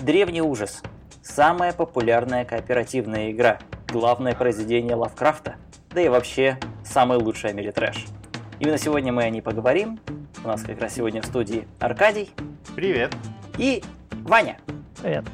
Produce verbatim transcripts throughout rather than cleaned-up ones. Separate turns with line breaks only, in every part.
Древний ужас. Самая популярная кооперативная игра. Главное произведение Лавкрафта. Да и вообще, самый лучший амели-трэш. Именно сегодня мы о ней поговорим. У нас как раз сегодня в студии Аркадий.
Привет.
И Ваня.
Привет.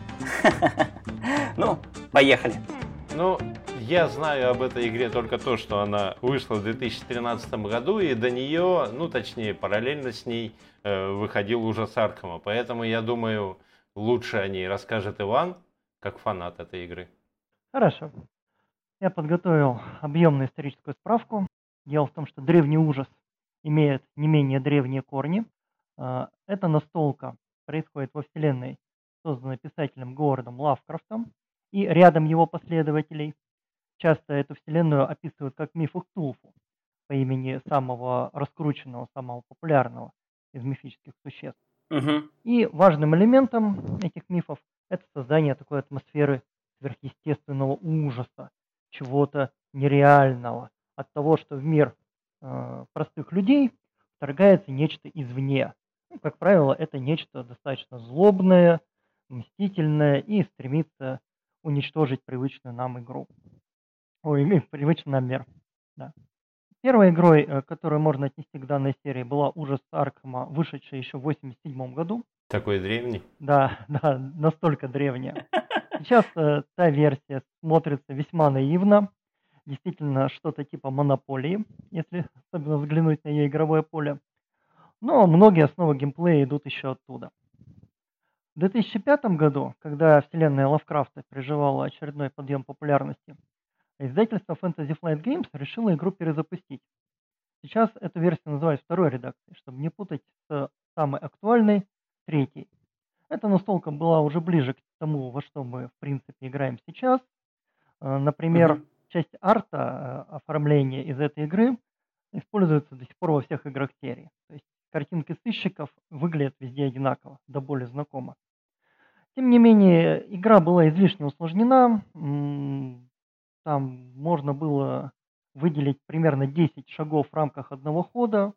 Ну, поехали.
Ну, я знаю об этой игре только то, что она вышла в две тысячи тринадцатом году, и до нее, ну точнее, параллельно с ней э, выходил ужас Аркхема. Поэтому я думаю, лучше о ней расскажет Иван, как фанат этой игры.
Хорошо. Я подготовил объемную историческую справку. Дело в том, что древний ужас имеет не менее древние корни. А, Эта настолка происходит во вселенной, созданной писателем Говардом Лавкрафтом и рядом его последователей. Часто эту вселенную описывают как миф Ктулху по имени самого раскрученного, самого популярного из мифических существ.
Угу.
И важным элементом этих мифов это создание такой атмосферы сверхъестественного ужаса, чего-то нереального, от того, что в мир э, простых людей вторгается нечто извне. Ну, как правило, это нечто достаточно злобное, мстительное и стремится уничтожить привычную нам игру. Ой, или привычный нам мир. Да. Первой игрой, э, которую можно отнести к данной серии, была «Ужас Аркхема», вышедшая еще в восемьдесят седьмом году.
Такой древний.
Да, да, настолько древняя. Сейчас э, та версия смотрится весьма наивно. Действительно, что-то типа монополии, если особенно взглянуть на ее игровое поле. Но многие основы геймплея идут еще оттуда. В две тысячи пятом году, когда вселенная Лавкрафта переживала очередной подъем популярности, издательство Fantasy Flight Games решило игру перезапустить. Сейчас эту версию называют второй редакцией, чтобы не путать с самой актуальной, третьей. Эта настолка была уже ближе к тому, во что мы, в принципе, играем сейчас. Э, Например,
Мгм.
часть арта, э, оформления из этой игры используется до сих пор во всех играх серии. То есть картинки сыщиков выглядят везде одинаково, да более знакомо. Тем не менее, игра была излишне усложнена. М, Там можно было выделить примерно десять шагов в рамках одного хода.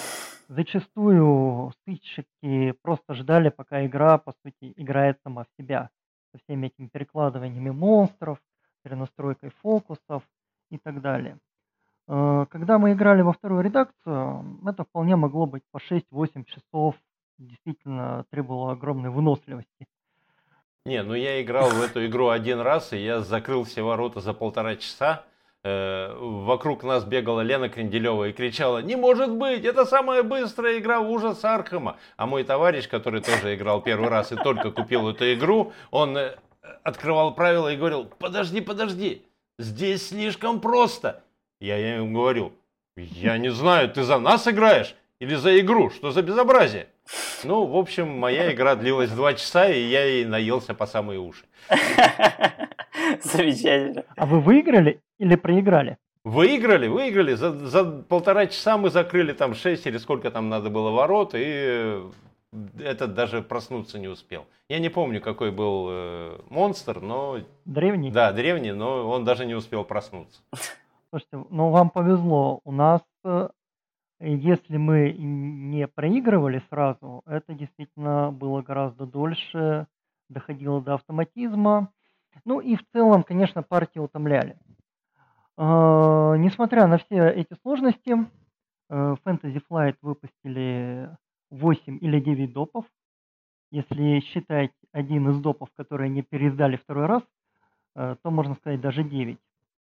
Зачастую сыщики просто ждали, пока игра, по сути, играет сама в себя. Со всеми этими перекладываниями монстров, перенастройкой фокусов и так далее. Э, Когда мы играли во вторую редакцию, это вполне могло быть по шесть-восемь часов. Действительно требовало огромной выносливости.
Не, ну я играл в эту игру один раз, и я закрыл все ворота за полтора часа. Э, Вокруг нас бегала Лена Кренделева и кричала: «Не может быть! Это самая быстрая игра в ужас Аркхема!» А мой товарищ, который тоже играл первый раз и только купил эту игру, он э, открывал правила и говорил: «Подожди, подожди, здесь слишком просто!» Я ему говорю: «Я не знаю, ты за нас играешь или за игру? Что за безобразие?» Ну, в общем, моя игра длилась два часа, и я ей наелся по самые уши.
Замечательно.
А вы выиграли или проиграли?
Выиграли, выиграли. За, за полтора часа мы закрыли там шесть или сколько там надо было ворот, и этот даже проснуться не успел. Я не помню, какой был э, монстр, но...
Древний?
Да, древний, но он даже не успел проснуться.
Слушайте, ну вам повезло. У нас, э, если мы не проигрывали сразу, это действительно было гораздо дольше, доходило до автоматизма. Ну и в целом, конечно, партии утомляли. А, Несмотря на все эти сложности, э, Fantasy Flight выпустили восемь или девять допов. Если считать один из допов, который они переиздали второй раз, э, то можно сказать даже девять.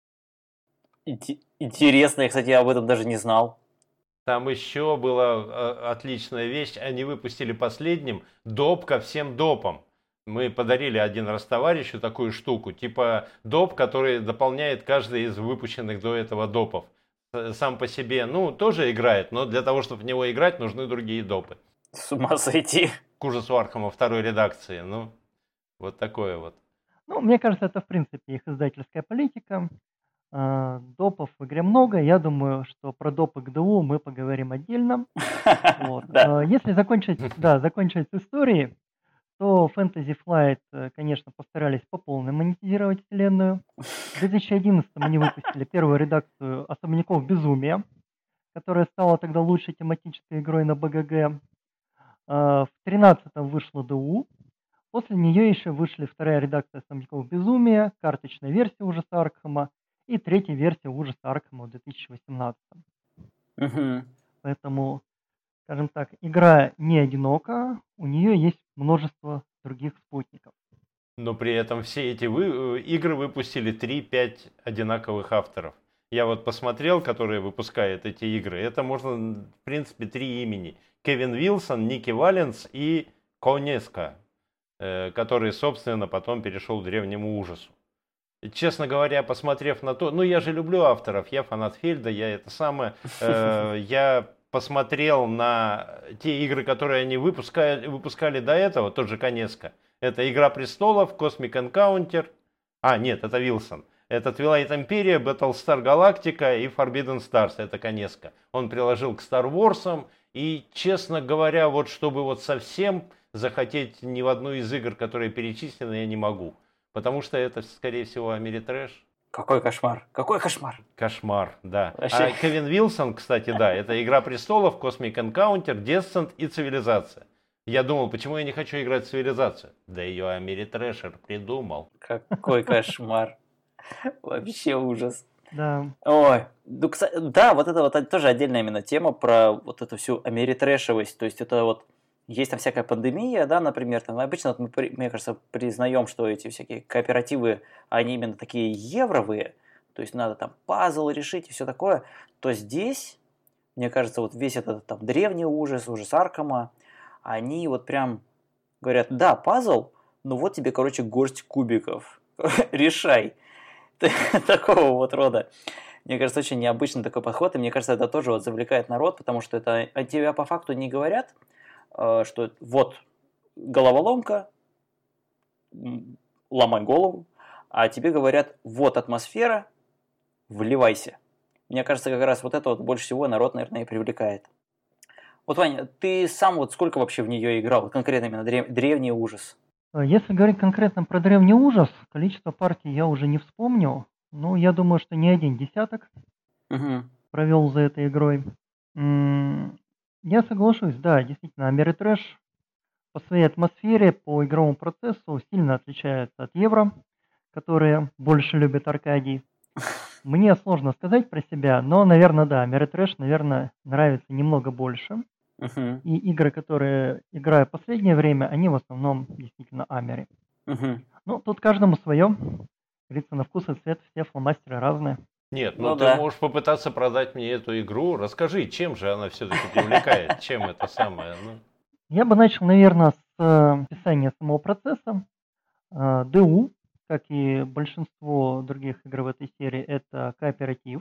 Инте- Интересно, я, кстати, об этом даже не знал.
Там еще была э, отличная вещь. Они выпустили последним доп ко всем допам. Мы подарили один раз товарищу такую штуку, типа доп, который дополняет каждый из выпущенных до этого допов. Э, Сам по себе, ну, тоже играет, но для того, чтобы в него играть, нужны другие допы.
С ума сойти.
К ужасу Аркхема второй редакции, ну, вот такое вот.
Ну, мне кажется, это в принципе их издательская политика. А, Допов в игре много. Я думаю, что про допы к ДУ мы поговорим отдельно. Вот.
Да.
А, Если закончить, да, закончить с историей, то Fantasy Flight, э, конечно, постарались по полной монетизировать вселенную. В две тысячи одиннадцатом они выпустили первую редакцию «Особняков безумия», которая стала тогда лучшей тематической игрой на БГГ. А, В две тысячи тринадцатом вышло ДУ. После нее еще вышли вторая редакция «Особняков безумия», карточная версия ужаса Аркхема и третья версия ужаса Аркхема в две тысячи восемнадцатом.
Угу.
Поэтому, скажем так, игра не одинока, у нее есть множество других спутников.
Но при этом все эти вы, игры выпустили три-пять одинаковых авторов. Я вот посмотрел, которые выпускают эти игры. Это можно, в принципе, три имени. Кевин Вилсон, Ники Валенс и Конеска, э, который, собственно, потом перешел к древнему ужасу. И, честно говоря, посмотрев на то, ну я же люблю авторов, я фанат Фельда, я это самое, э, я посмотрел на те игры, которые они выпускают, выпускали до этого, тот же Конеска. Это «Игра престолов», «Cosmic Encounter». А, нет, это Вилсон. Это «Twilight Imperia», «Battlestar Galactica» и «Forbidden Stars». Это Конеска. Он приложил к Star Wars. И, честно говоря, вот чтобы вот совсем захотеть ни в одну из игр, которые перечислены, я не могу. Потому что это, скорее всего, Америтрэш.
Какой кошмар. Какой кошмар.
Кошмар, да.
Вообще.
А Кевин Вилсон, кстати, да, это «Игра престолов», «Cosmic Encounter», «Descent» и «Цивилизация». Я думал, почему я не хочу играть в «Цивилизацию»? Да ее Америтрэшер придумал.
Какой кошмар. Вообще ужас.
Да.
Ой, ну, кстати, да, вот это вот тоже отдельная именно тема про вот эту всю америтрэшевость. То есть это вот есть там всякая пандемия, да, например, там обычно вот мы, при- мне кажется, признаем, что эти всякие кооперативы, они именно такие евровые, то есть надо там пазл решить и все такое, то здесь, мне кажется, вот весь этот там древний ужас, ужас Аркхема, они вот прям говорят, да, пазл, ну вот тебе, короче, горсть кубиков, решай. Такого вот рода. Мне кажется, очень необычный такой подход, и мне кажется, это тоже вот завлекает народ, потому что это от тебя по факту не говорят, э, что вот головоломка, м, ломай голову, а тебе говорят, вот атмосфера, вливайся. Мне кажется, как раз вот это вот больше всего народ, наверное, и привлекает. Вот, Ваня, ты сам вот сколько вообще в нее играл? Вот конкретно именно древ- древний ужас.
А Если говорить конкретно про древний ужас, количество партий я уже не вспомню. Ну, я думаю, что не один десяток
Угу.
провел за этой игрой. М, Я соглашусь, да, действительно, Америтрэш по своей атмосфере, по игровому процессу сильно отличается от Евро, которые больше любят Аркадий. Мне сложно сказать про себя, но, наверное, да, Америтрэш, наверное, нравится немного больше.
Угу.
И игры, которые играю в последнее время, они в основном действительно Амери.
Угу.
Ну, тут каждому свое. Говорится, на вкус и цвет все фломастеры разные.
Нет, ну,
Ну
ты
да.
можешь попытаться продать мне эту игру. Расскажи, чем же она все-таки привлекает? Чем это самое? Ну,
Я бы начал, наверное, с э, описания самого процесса. Э, ДУ, как и большинство других игр в этой серии, это кооператив.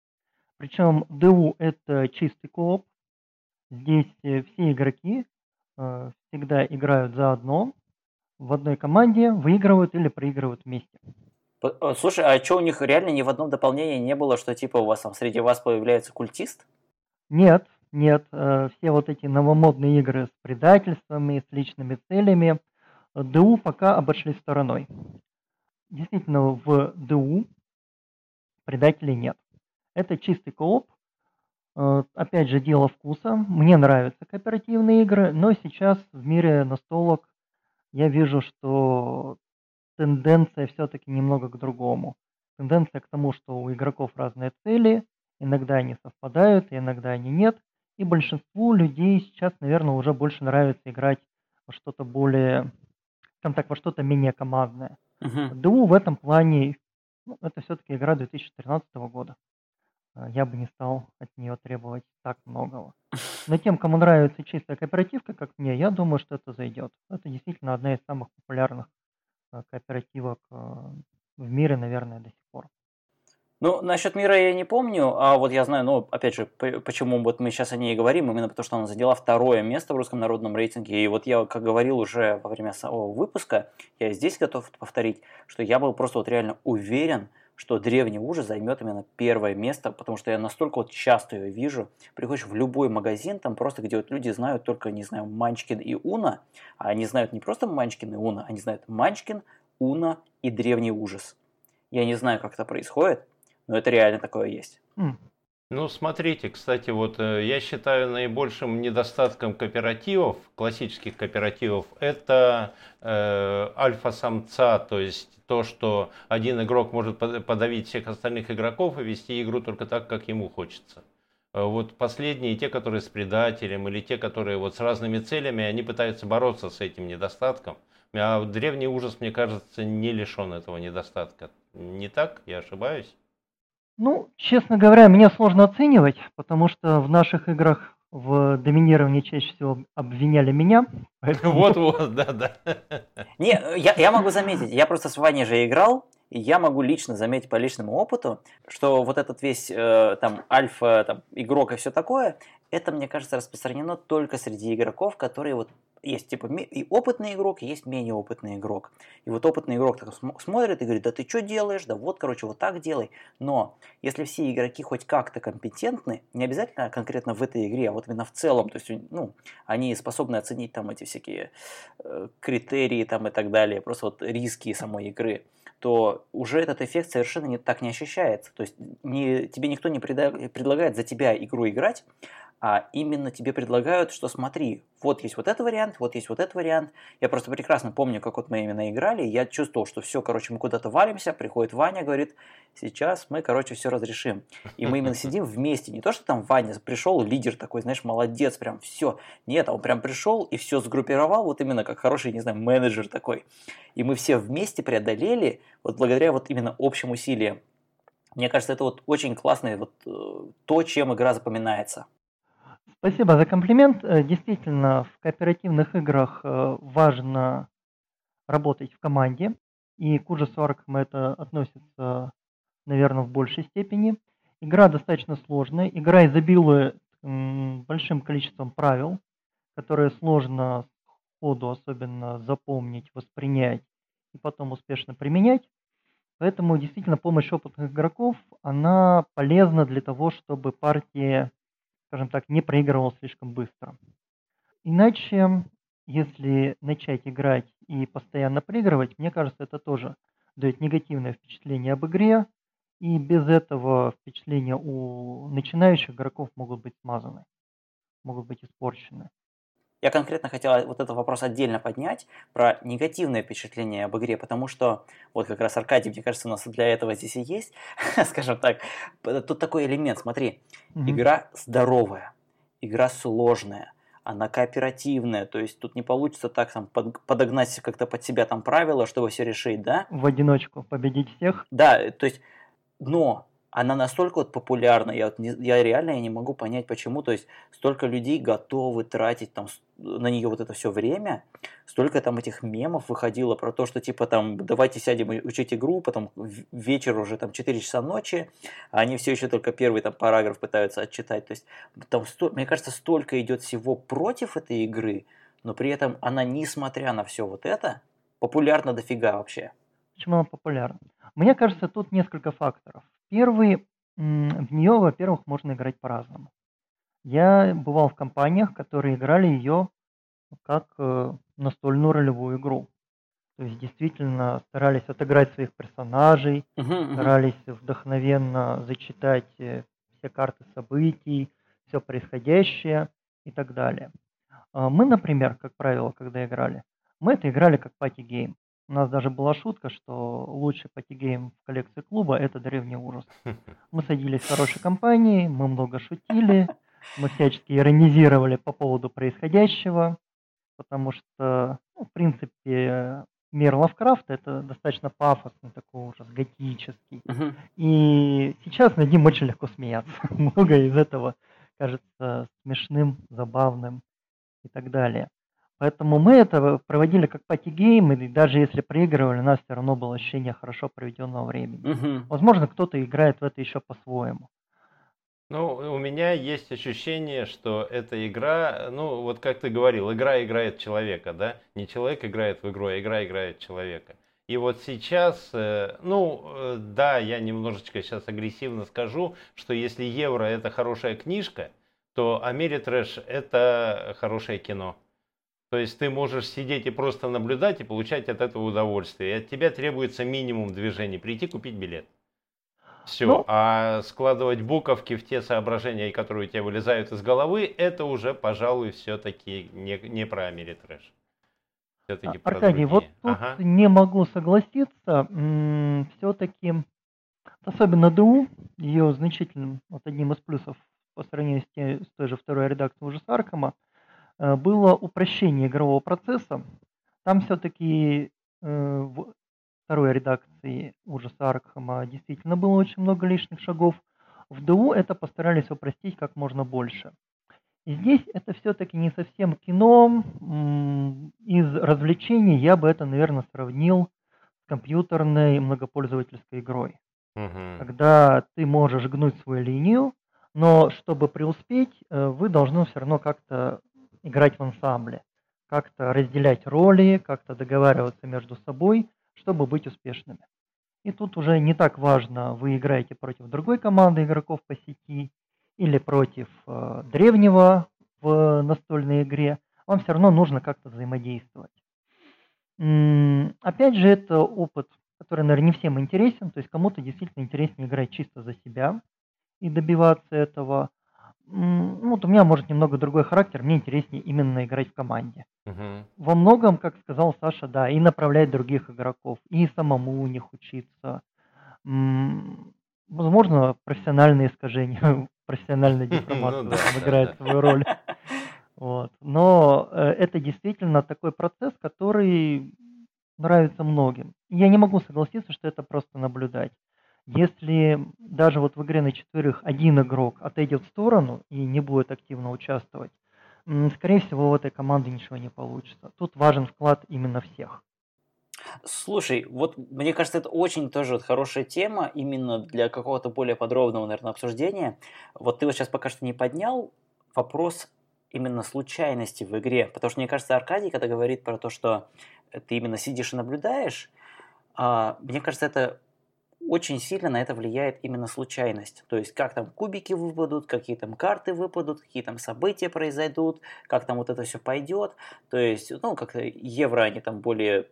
Причем ДУ это чистый кооп. Здесь э, все игроки э, всегда играют заодно, в одной команде, выигрывают или проигрывают вместе.
П- э, Слушай, а что у них реально ни в одном дополнении не было, что типа у вас там среди вас появляется культист?
Нет, нет, э, все вот эти новомодные игры с предательствами, с личными целями, э, ДУ пока обошли стороной. Действительно, в ДУ предателей нет. Это чистый кооп. Э, Опять же, дело вкуса. Мне нравятся кооперативные игры, но сейчас в мире настолок я вижу, что тенденция все-таки немного к другому. Тенденция к тому, что у игроков разные цели, иногда они совпадают, иногда они нет. И большинству людей сейчас, наверное, уже больше нравится играть во что-то более, скажем так, во что-то менее командное.
Угу.
ДУ в этом плане, ну, это все-таки игра две тысячи тринадцатого года. Э, Я бы не стал от нее требовать так многого. Но тем, кому нравится чистая кооперативка, как мне, я думаю, что это зайдет. Это действительно одна из самых популярных э, кооперативок э, в мире, наверное, до сих пор.
Ну, насчет мира я не помню, а вот я знаю, ну, опять же, п- почему вот мы сейчас о ней и говорим, именно потому что она заняла второе место в русском народном рейтинге. И вот я, как говорил уже во время самого выпуска, я и здесь готов повторить, что я был просто вот реально уверен, что древний ужас займет именно первое место, потому что я настолько вот часто ее вижу. Приходишь в любой магазин, там просто где вот люди знают только, не знаю, Манчкин и Уна, а они знают не просто Манчкин и Уна, они знают Манчкин, Уна и древний ужас. Я не знаю, как это происходит, но это реально такое есть.
М,
Ну, смотрите, кстати, вот э, я считаю наибольшим недостатком кооперативов, классических кооперативов, это э, альфа-самца, то есть то, что один игрок может под- подавить всех остальных игроков и вести игру только так, как ему хочется. Э, Вот последние, те, которые с предателем, или те, которые вот с разными целями, они пытаются бороться с этим недостатком. А вот древний ужас, мне кажется, не лишен этого недостатка. Не так? Я ошибаюсь?
Ну, честно говоря, мне сложно оценивать, потому что в наших играх в доминировании чаще всего обвиняли меня, поэтому
Вот-вот, да-да.
Не, э, я, я могу заметить, я просто с Ваней же играл, и я могу лично заметить по личному опыту, что вот этот весь э, там альфа, там, игрок и все такое, это, мне кажется, распространено только среди игроков, которые вот есть типа ме- и опытный игрок, и есть менее опытный игрок. И вот опытный игрок так см- смотрит и говорит, да ты что делаешь, да вот, короче, вот так делай. Но если все игроки хоть как-то компетентны, не обязательно конкретно в этой игре, а вот именно в целом, то есть, ну, они способны оценить там эти всякие э, критерии там и так далее, просто вот риски самой игры, то уже этот эффект совершенно не, так не ощущается. То есть не, тебе никто не преда- предлагает за тебя игру играть, а именно тебе предлагают, что смотри, вот есть вот этот вариант, вот есть вот этот вариант. Я просто прекрасно помню, как вот мы именно играли, и я чувствовал, что все, короче, мы куда-то валимся, приходит Ваня, говорит, сейчас мы, короче, все разрешим. И мы именно сидим вместе, не то, что там Ваня пришел, лидер такой, знаешь, молодец, прям все. Нет, а он прям пришел и все сгруппировал, вот именно как хороший, не знаю, менеджер такой. И мы все вместе преодолели, вот благодаря вот именно общим усилиям. Мне кажется, это вот очень классное вот э, то, чем игра запоминается.
спасибо за комплимент. Э, Действительно, в кооперативных играх э, важно работать в команде, и к ужасу Аркхема это относится, наверное, в большей степени. Игра достаточно сложная, игра изобилует м, большим количеством правил, которые сложно сходу особенно запомнить, воспринять и потом успешно применять. Поэтому действительно помощь опытных игроков, она полезна для того, чтобы партия, скажем так, не проигрывала слишком быстро. Иначе, если начать играть и постоянно проигрывать, мне кажется, это тоже дает негативное впечатление об игре, и без этого впечатления у начинающих игроков могут быть смазаны, могут быть испорчены.
Я конкретно хотел вот этот вопрос отдельно поднять, про негативное впечатление об игре, потому что вот как раз Аркадий, мне кажется, у нас для этого здесь и есть, скажем так. Тут такой элемент, смотри,
Мгм.
игра здоровая, игра сложная, она кооперативная, то есть тут не получится так там под- подогнать как-то под себя там правила, чтобы все решить, да?
В одиночку победить всех.
Да, э, то есть но она настолько вот популярна, я, вот не, я реально я не могу понять, почему. То есть столько людей готовы тратить там с- на нее вот это все время, столько там этих мемов выходило про то, что типа там давайте сядем и учить игру, потом в- вечер уже там четыре часа ночи, а они все еще только первый там параграф пытаются отчитать. То есть там, сто- мне кажется, столько идет всего против этой игры, но при этом она, несмотря на все вот это, популярна дофига вообще.
Почему она популярна? Мне кажется, тут несколько факторов. Первый, м, в нее, во-первых, можно играть по-разному. Я бывал в компаниях, которые играли ее как э, настольную ролевую игру. То есть действительно старались отыграть своих персонажей,
Мгм, мгм.
старались вдохновенно зачитать э, все карты событий, все происходящее и так далее. А Мы, например, как правило, когда играли, мы это играли как пати-гейм. У нас даже была шутка, что лучший пати-гейм в коллекции клуба – это «Древний ужас». Мы садились в хорошей компании, мы много шутили, мы всячески иронизировали по поводу происходящего, потому что, ну, в принципе, мир Лавкрафта – это достаточно пафосный такой ужас, готический.
Мгм.
И сейчас над ним очень легко смеяться. Много из этого кажется смешным, забавным и так далее. Поэтому мы это проводили как пати-гейм, и даже если проигрывали, у нас все равно было ощущение хорошо проведенного времени.
Мгм.
Возможно, кто-то играет в это еще по-своему.
Ну, у меня есть ощущение, что эта игра, ну, вот как ты говорил, игра играет человека, да? Не человек играет в игру, а игра играет человека. И вот сейчас, э, ну, э, да, я немножечко сейчас агрессивно скажу, что если Евро это хорошая книжка, то Америтрэш это хорошее кино. То есть ты можешь сидеть и просто наблюдать и получать от этого удовольствие. И от тебя требуется минимум движений. Прийти купить билет. Все,
Ну,
а складывать буковки в те соображения, которые у тебя вылезают из головы, это уже, пожалуй, все-таки не, не про Америтрэш.
а,
Все-таки про
Аркадий, вот
другие.
тут
Ага.
не могу согласиться. Все-таки, особенно ДУ, ее значительным, вот одним из плюсов по сравнению с, те- с той же второй редакцией уже Аркама, э, было упрощение игрового процесса. Там все-таки в второй редакции ужаса Аркхема действительно было очень много лишних шагов. В ДУ это постарались упростить как можно больше. И здесь это все-таки не совсем кино. М, Из развлечений я бы это, наверное, сравнил с компьютерной многопользовательской игрой,
Мгм.
когда ты можешь гнуть свою линию, но чтобы преуспеть, э, вы должны все равно как-то играть в ансамбле, как-то разделять роли, как-то договариваться между собой, чтобы быть успешными. И тут уже не так важно, вы играете против другой команды игроков по сети или против э, древнего в настольной игре, вам все равно нужно как-то взаимодействовать. М, Опять же, это опыт, который, наверное, не всем интересен, то есть кому-то действительно интереснее играть чисто за себя и добиваться этого. М, Ну, вот у меня, может, немного другой характер, мне интереснее именно играть в команде.
Мгм.
Во многом, как сказал Саша, да, и направлять других игроков, и самому у них учиться. М, Возможно, профессиональные искажения, профессиональная
Ну
деформация в
да,
этом
да,
играет
да.
свою роль. Вот. Но э, это действительно такой процесс, который нравится многим. Я не могу согласиться, что это просто наблюдать. Если даже вот в игре на четверых один игрок отойдет в сторону и не будет активно участвовать, м, скорее всего, у этой команды ничего не получится. Тут важен вклад именно всех.
Слушай, вот мне кажется, это очень тоже вот хорошая тема именно для какого-то более подробного, наверное, обсуждения. Вот ты вот сейчас пока что не поднял вопрос именно случайности в игре, потому что мне кажется, Аркадий, когда говорит про то, что ты именно сидишь и наблюдаешь, а, мне кажется, это очень сильно на это влияет именно случайность. То есть, как там кубики выпадут, какие там карты выпадут, какие там события произойдут, как там вот это все пойдет. То есть, ну, как-то евро, они там более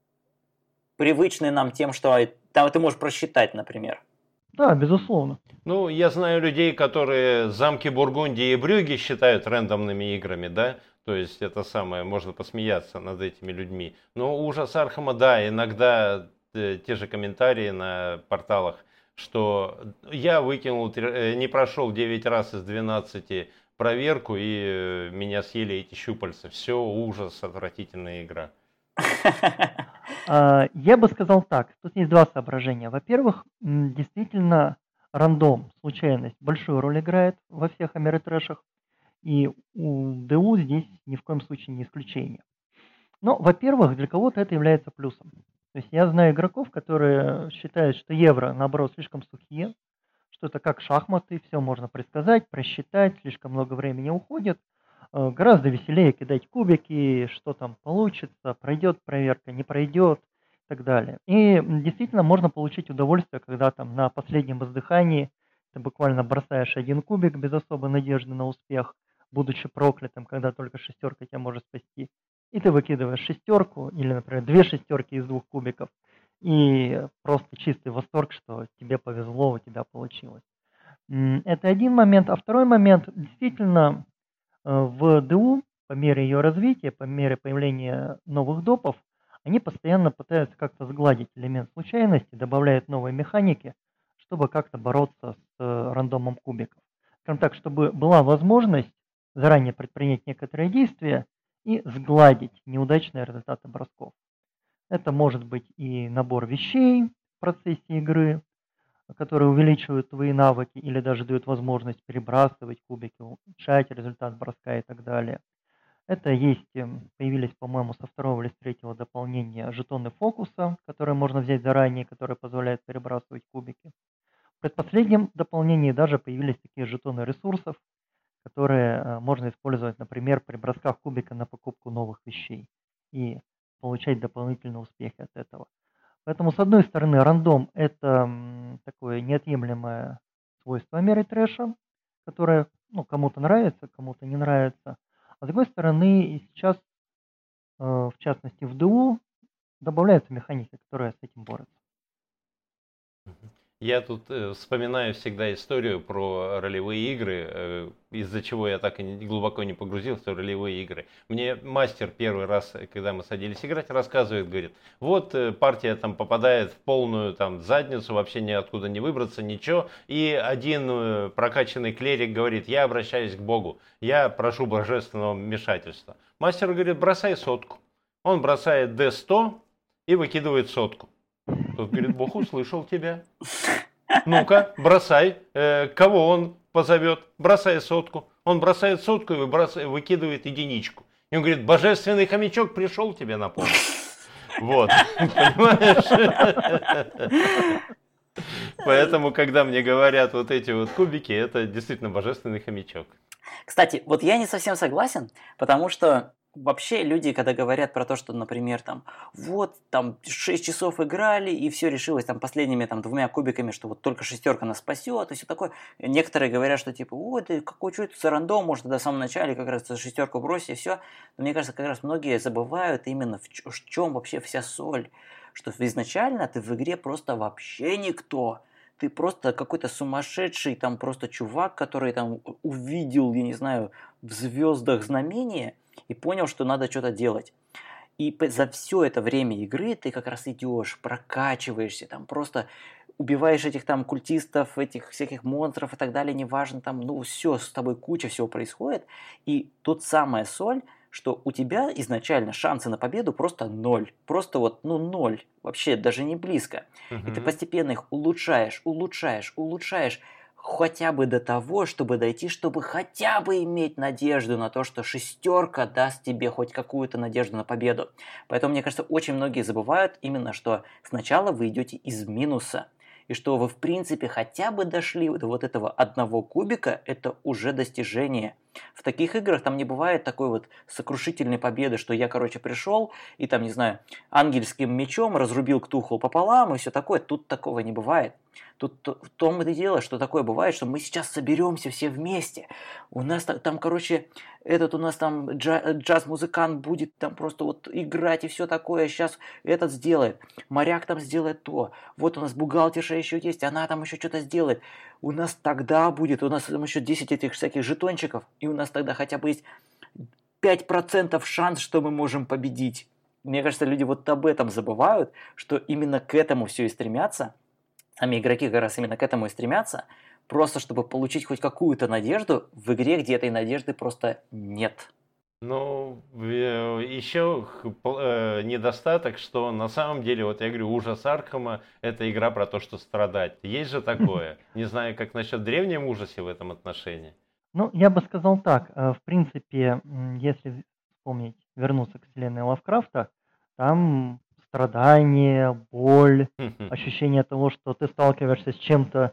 привычны нам тем, что там ты можешь просчитать, например.
Да, безусловно.
Ну, я знаю людей, которые замки Бургундии и Брюги считают рандомными играми, да? То есть это самое, можно посмеяться над этими людьми. Но ужас Архама, да, иногда э, те же комментарии на порталах, что я выкинул, три- э, не прошел девять раз из двенадцати проверку, и э, меня съели эти щупальца. Все, ужас, отвратительная игра.
А, Я бы сказал так, тут есть два соображения. Во-первых, м, действительно, рандом, случайность большую роль играет во всех Америтрэшах, и у ДУ здесь ни в коем случае не исключение. Но, во-первых, для кого-то это является плюсом. То есть я знаю игроков, которые считают, что евро, наоборот, слишком сухие, что это как шахматы, все можно предсказать, просчитать, слишком много времени уходит. Э, Гораздо веселее кидать кубики, что там получится, пройдет проверка, не пройдет и так далее. И м, действительно можно получить удовольствие, когда там на последнем издыхании ты буквально бросаешь один кубик без особой надежды на успех, будучи проклятым, когда только шестерка тебя может спасти. И ты выкидываешь шестерку или, например, две шестерки из двух кубиков, и просто чистый восторг, что тебе повезло, у тебя получилось. М, Это один момент. А второй момент, действительно, э, в ДУ, по мере ее развития, по мере появления новых допов, они постоянно пытаются как-то сгладить элемент случайности, добавляют новые механики, чтобы как-то бороться с э, рандомом кубиков. Скажем так, чтобы была возможность заранее предпринять некоторые действия и сгладить неудачные результаты бросков. Это может быть и набор вещей в процессе игры, которые увеличивают твои навыки или даже дают возможность перебрасывать кубики, улучшать результат броска и так далее. Это есть, эм, появились, по-моему, со второго или с третьего дополнения жетоны фокуса, которые можно взять заранее, которые позволяют перебрасывать кубики. В предпоследнем дополнении даже появились такие жетоны ресурсов, которые э, можно использовать, например, при бросках кубика на покупку новых вещей и получать дополнительные успехи от этого. Поэтому, с одной стороны, рандом – это м, такое неотъемлемое свойство Америтрэша, которое ну, кому-то нравится, кому-то не нравится. А с другой стороны, и сейчас, э, в частности, в ДУ добавляются механики, которые с этим борются.
Я тут э, вспоминаю всегда историю про ролевые игры, э, из-за чего я так и не- глубоко не погрузился в ролевые игры. Мне мастер первый раз, э, когда мы садились играть, рассказывает, говорит, вот э, партия там попадает в полную там задницу, вообще ниоткуда не выбраться, ничего. И один э, прокачанный клерик говорит, я обращаюсь к Богу, я прошу божественного вмешательства. Мастер говорит, бросай сотку. Он бросает дэ сто и выкидывает сотку. Тот говорит, Бог услышал тебя. Ну-ка, бросай. Э, кого он позовет? Бросай сотку. Он бросает сотку и выбрасывает, выкидывает единичку. И он говорит, божественный хомячок пришел тебе на помощь. Вот, понимаешь? Поэтому, когда мне говорят вот эти вот кубики, это действительно божественный хомячок.
Кстати, вот я не совсем согласен, потому что вообще люди, когда говорят про то, что, например, там, вот, там, шесть часов играли, и все решилось там последними там двумя кубиками, что вот только шестерка нас спасет, и все такое. Некоторые говорят, что типа, ой, ты какой, что это за рандом, может, тогда в самом начале как раз шестерку бросить, и все. Но мне кажется, как раз многие забывают именно в чем вообще вся соль, что изначально ты в игре просто вообще никто. Ты просто какой-то сумасшедший, там просто чувак, который там увидел, я не знаю, в звездах знамения и понял, что надо что-то делать. И за все это время игры ты как раз идешь, прокачиваешься, там просто убиваешь этих там культистов, этих всяких монстров и так далее, неважно, там, ну все, с тобой куча всего происходит. И тут самая соль, что у тебя изначально шансы на победу просто ноль. Просто вот, ну, ноль. Вообще даже не близко.
Угу.
И ты постепенно их улучшаешь, улучшаешь, улучшаешь. Хотя бы до того, чтобы дойти, чтобы хотя бы иметь надежду на то, что шестерка даст тебе хоть какую-то надежду на победу. Поэтому, мне кажется, очень многие забывают именно, что сначала вы идете из минуса. И что вы, в принципе, хотя бы дошли до вот этого одного кубика, это уже достижение. В таких играх там не бывает такой вот сокрушительной победы, что я, короче, пришел и там, не знаю, ангельским мечом разрубил Ктулху пополам и все такое. Тут такого не бывает. Тут в том и дело, что такое бывает, что мы сейчас соберемся все вместе. У нас там, короче, этот у нас там джаз-музыкант будет там просто вот играть и все такое. Сейчас этот сделает. Моряк там сделает то. Вот у нас бухгалтерша еще есть, она там еще что-то сделает. У нас тогда будет, у нас там еще десять этих всяких жетончиков, и у нас тогда хотя бы есть пять процентов шанс, что мы можем победить. Мне кажется, люди вот об этом забывают, что именно к этому все и стремятся. Сами игроки как раз именно к этому и стремятся, просто чтобы получить хоть какую-то надежду в игре, где этой надежды просто нет.
Ну, еще недостаток, что на самом деле, вот я говорю, ужас Аркхема – это игра про то, что страдать. Есть же такое. Не знаю, как насчет древнем ужасе в этом отношении.
Ну, я бы сказал так. э, В принципе, м, если вспомнить, вернуться к вселенной Лавкрафта, там страдания, боль, ощущение того, что ты сталкиваешься с чем-то,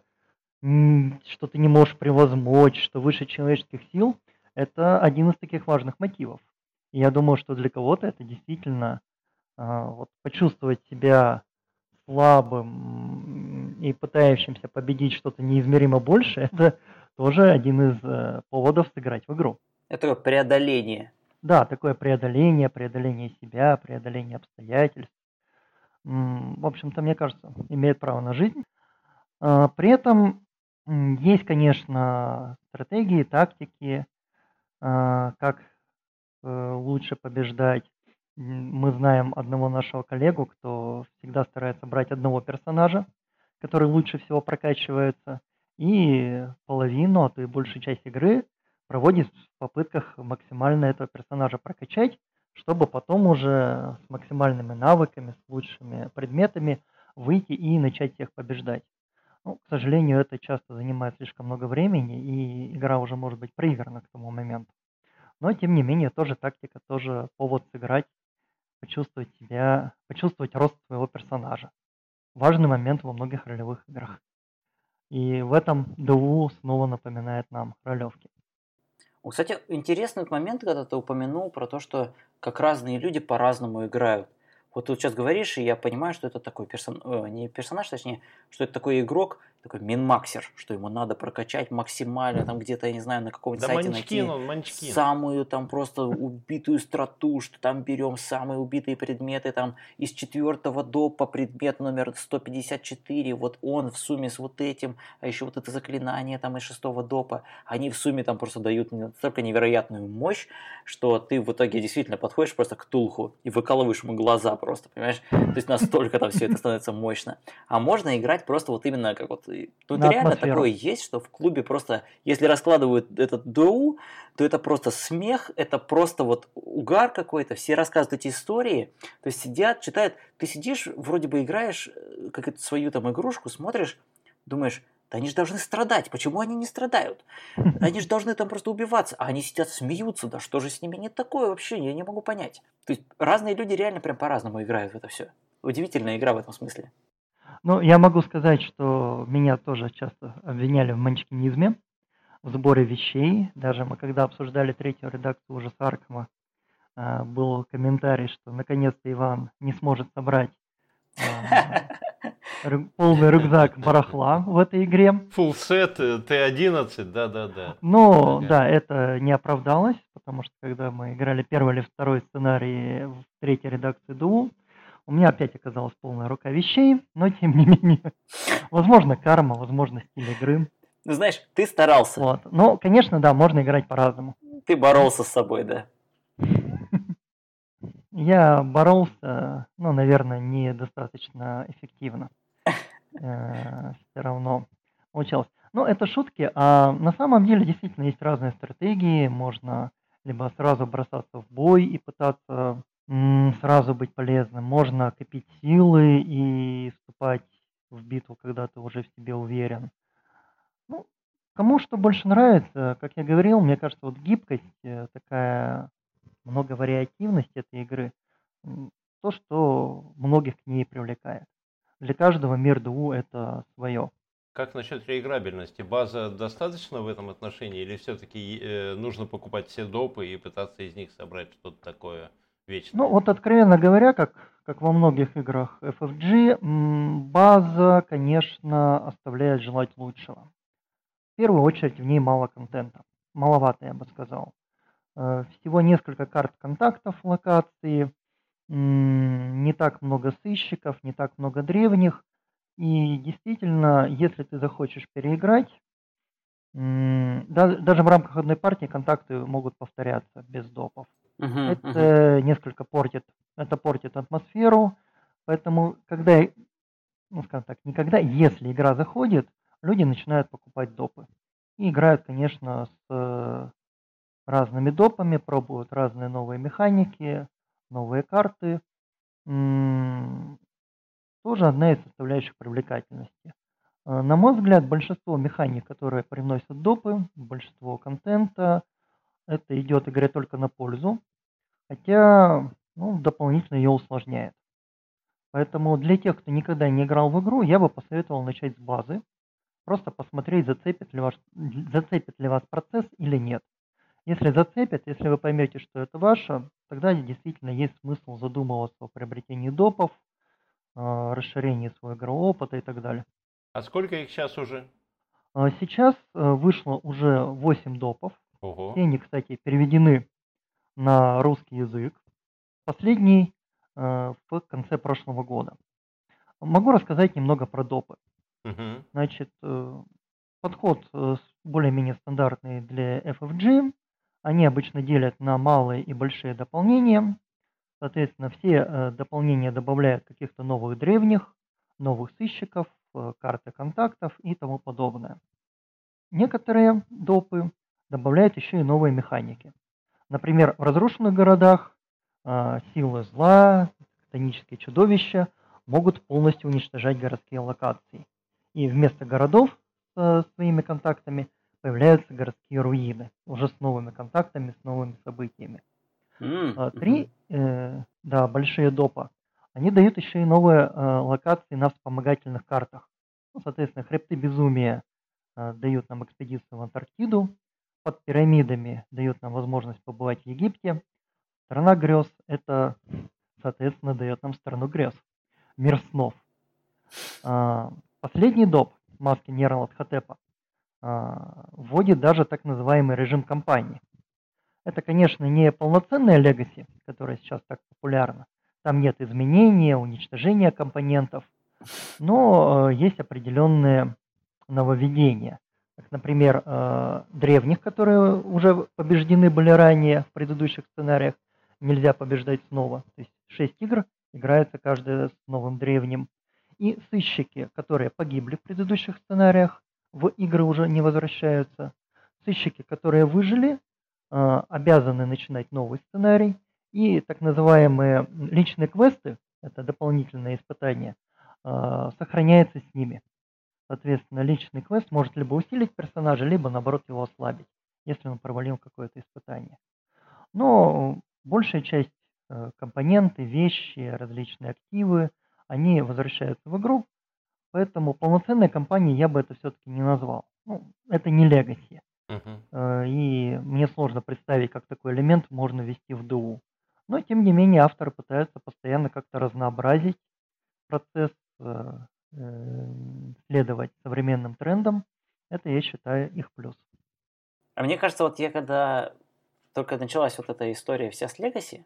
м, что ты не можешь превозмочь, что выше человеческих сил, это один из таких важных мотивов. И я думаю, что для кого-то это действительно а, вот, почувствовать себя слабым м, и пытающимся победить что-то неизмеримо больше, это тоже один из э, поводов сыграть в игру.
Это такое преодоление.
Да, такое преодоление, преодоление себя, преодоление обстоятельств. М, В общем-то, мне кажется, имеет право на жизнь. А, При этом м, есть, конечно, стратегии, тактики, а, как э, лучше побеждать. М, Мы знаем одного нашего коллегу, кто всегда старается брать одного персонажа, который лучше всего прокачивается, и половину, а то и большую часть игры проводит в попытках максимально этого персонажа прокачать, чтобы потом уже с максимальными навыками, с лучшими предметами выйти и начать всех побеждать. Ну, к сожалению, это часто занимает слишком много времени, и игра уже может быть проиграна к тому моменту. Но, тем не менее, тоже тактика, тоже повод сыграть, почувствовать себя, почувствовать рост своего персонажа. Важный момент во многих ролевых играх. И в этом ДУ снова напоминает нам ролевки.
Кстати, интересный момент, когда ты упомянул про то, что как разные люди по-разному играют. Вот ты вот сейчас говоришь, и я понимаю, что это такой персон... э, не персонаж, точнее, что это такой игрок, такой минмаксер, что ему надо прокачать максимально, там где-то, я не знаю, на каком-нибудь
Да
сайте
манчкин
найти
он, манчкин.
самую там просто убитую страту, что там берем самые убитые предметы, там из четвертого допа предмет номер сто пятьдесят четыре, вот он в сумме с вот этим, а еще вот это заклинание там из шестого допа, они в сумме там просто дают настолько невероятную мощь, что ты в итоге действительно подходишь просто к Тулху и выкалываешь ему глаза просто, понимаешь? То есть настолько там все это становится мощно. А можно играть просто вот именно как вот... Ну это
На
реально
атмосферу.
такое есть, что в клубе просто, если раскладывают этот ДОУ, то это просто смех, это просто вот угар какой-то, все рассказывают эти истории, то есть сидят, читают, ты сидишь, вроде бы играешь э, как это, свою там игрушку, смотришь, думаешь, да они же должны страдать, почему они не страдают? Они же должны там просто убиваться, а они сидят, смеются, да что же с ними не такое вообще, я не могу понять. То есть разные люди реально прям по-разному играют в это все. Удивительная игра в этом смысле.
Ну, я могу сказать, что меня тоже часто обвиняли в манчкинизме, в сборе вещей. Даже мы когда обсуждали третью редакцию ужаса Аркхема, а, был комментарий, что наконец-то Иван не сможет собрать а, рю- полный рюкзак барахла в этой игре.
Full set э, Т одиннадцать, да-да-да.
Но
Ага.
да, это не оправдалось, потому что когда мы играли первый или второй сценарий в третьей редакции ДУ, у меня опять оказалась полная рука вещей, но тем не менее, возможно, карма, возможно, стиль игры.
Ну знаешь, ты старался,
Вот. Но, конечно, да, можно играть по-разному.
ты боролся с собой, да.
Я боролся, ну, наверное, недостаточно эффективно. Все равно получалось. Ну, это шутки, а на самом деле действительно есть разные стратегии. Можно либо сразу бросаться в бой и пытаться м, сразу быть полезным. Можно копить силы и вступать в битву, когда ты уже в себе уверен. Ну, кому что больше нравится, как я говорил, мне кажется, вот гибкость, э, такая многовариативность этой игры, м, то, что многих к ней привлекает. Для каждого мир ДУ это свое.
Как насчет реиграбельности? База достаточно в этом отношении или все-таки э, нужно покупать все допы и пытаться из них собрать что-то такое вечное?
Ну, вот откровенно говоря, как, как во многих играх эф эф джи, м, база, конечно, оставляет желать лучшего. В первую очередь в ней мало контента. Маловато, я бы сказал. Э, Всего несколько карт контактов локации, м, не так много сыщиков, не так много древних. И действительно, если ты захочешь переиграть, м, да- даже в рамках одной партии контакты могут повторяться без допов.
Мгм, мгм.
Это несколько портит, это портит атмосферу, поэтому когда, и- ну скажем так, никогда, если игра заходит, люди начинают покупать допы. И играют, конечно, с э, разными допами, пробуют разные новые механики, новые карты. М, Тоже одна из составляющих привлекательности. Э, На мой взгляд, большинство механик, которые привносят допы, большинство контента, это идет игре только на пользу, хотя ну, дополнительно ее усложняет. Поэтому для тех, кто никогда не играл в игру, я бы посоветовал начать с базы, просто посмотреть, зацепит ли, ваш, зацепит ли вас процесс или нет. Если зацепит, если вы поймете, что это ваше, тогда действительно есть смысл задумываться о приобретении допов, э, расширении своего игрового опыта и так далее.
А сколько их сейчас уже?
А Сейчас э, вышло уже восемь допов.
Ого.
Все они, кстати, переведены на русский язык. Последний э, в конце прошлого года. Могу рассказать немного про допы.
Мгм.
Значит, э, подход э, с- более-менее стандартный для эф эф джи. Они обычно делят на малые и большие дополнения. Соответственно, все э, дополнения добавляют каких-то новых древних, новых сыщиков, э, карты контактов и тому подобное. Некоторые допы добавляют еще и новые механики. Например, в разрушенных городах а, силы зла, тонические чудовища могут полностью уничтожать городские локации. И вместо городов с своими контактами появляются городские руины, уже с новыми контактами, с новыми событиями.
М,
А,
мгм.
Три, э, да, большие допа, они дают еще и новые э, локации на вспомогательных картах. Ну, соответственно, хребты безумия э, дают нам экспедицию в Антарктиду, под пирамидами дают нам возможность побывать в Египте. Страна грез – это, соответственно, дает нам страну грез, мир снов. А, Последний доп. Маски Нейралатхотепа а, вводит даже так называемый режим кампании. Это, конечно, не полноценная легаси, которая сейчас так популярна. Там нет изменения, уничтожения компонентов, но э, есть определенные нововведения. Как, например, э, древних, которые уже побеждены были ранее в предыдущих сценариях, нельзя побеждать снова. То есть шесть игр играется каждая с новым древним. И сыщики, которые погибли в предыдущих сценариях, в игры уже не возвращаются. Сыщики, которые выжили, э, обязаны начинать новый сценарий. И так называемые личные квесты, это дополнительные испытания, э, сохраняется с ними. Соответственно, личный квест может либо усилить персонажа, либо наоборот его ослабить, если он провалил какое-то испытание. Но большая часть э, компоненты, вещи, различные активы, они возвращаются в игру, поэтому полноценной кампанией я бы это все-таки не назвал. Ну, это не легаси.
Мгм.
Э, И мне сложно представить, как такой элемент можно ввести в ДУ. Но, тем не менее, авторы пытаются постоянно как-то разнообразить процесс, э, э, следовать современным трендам. Это, я считаю, их плюс.
А мне кажется, вот я когда только началась вот эта история вся с Legacy,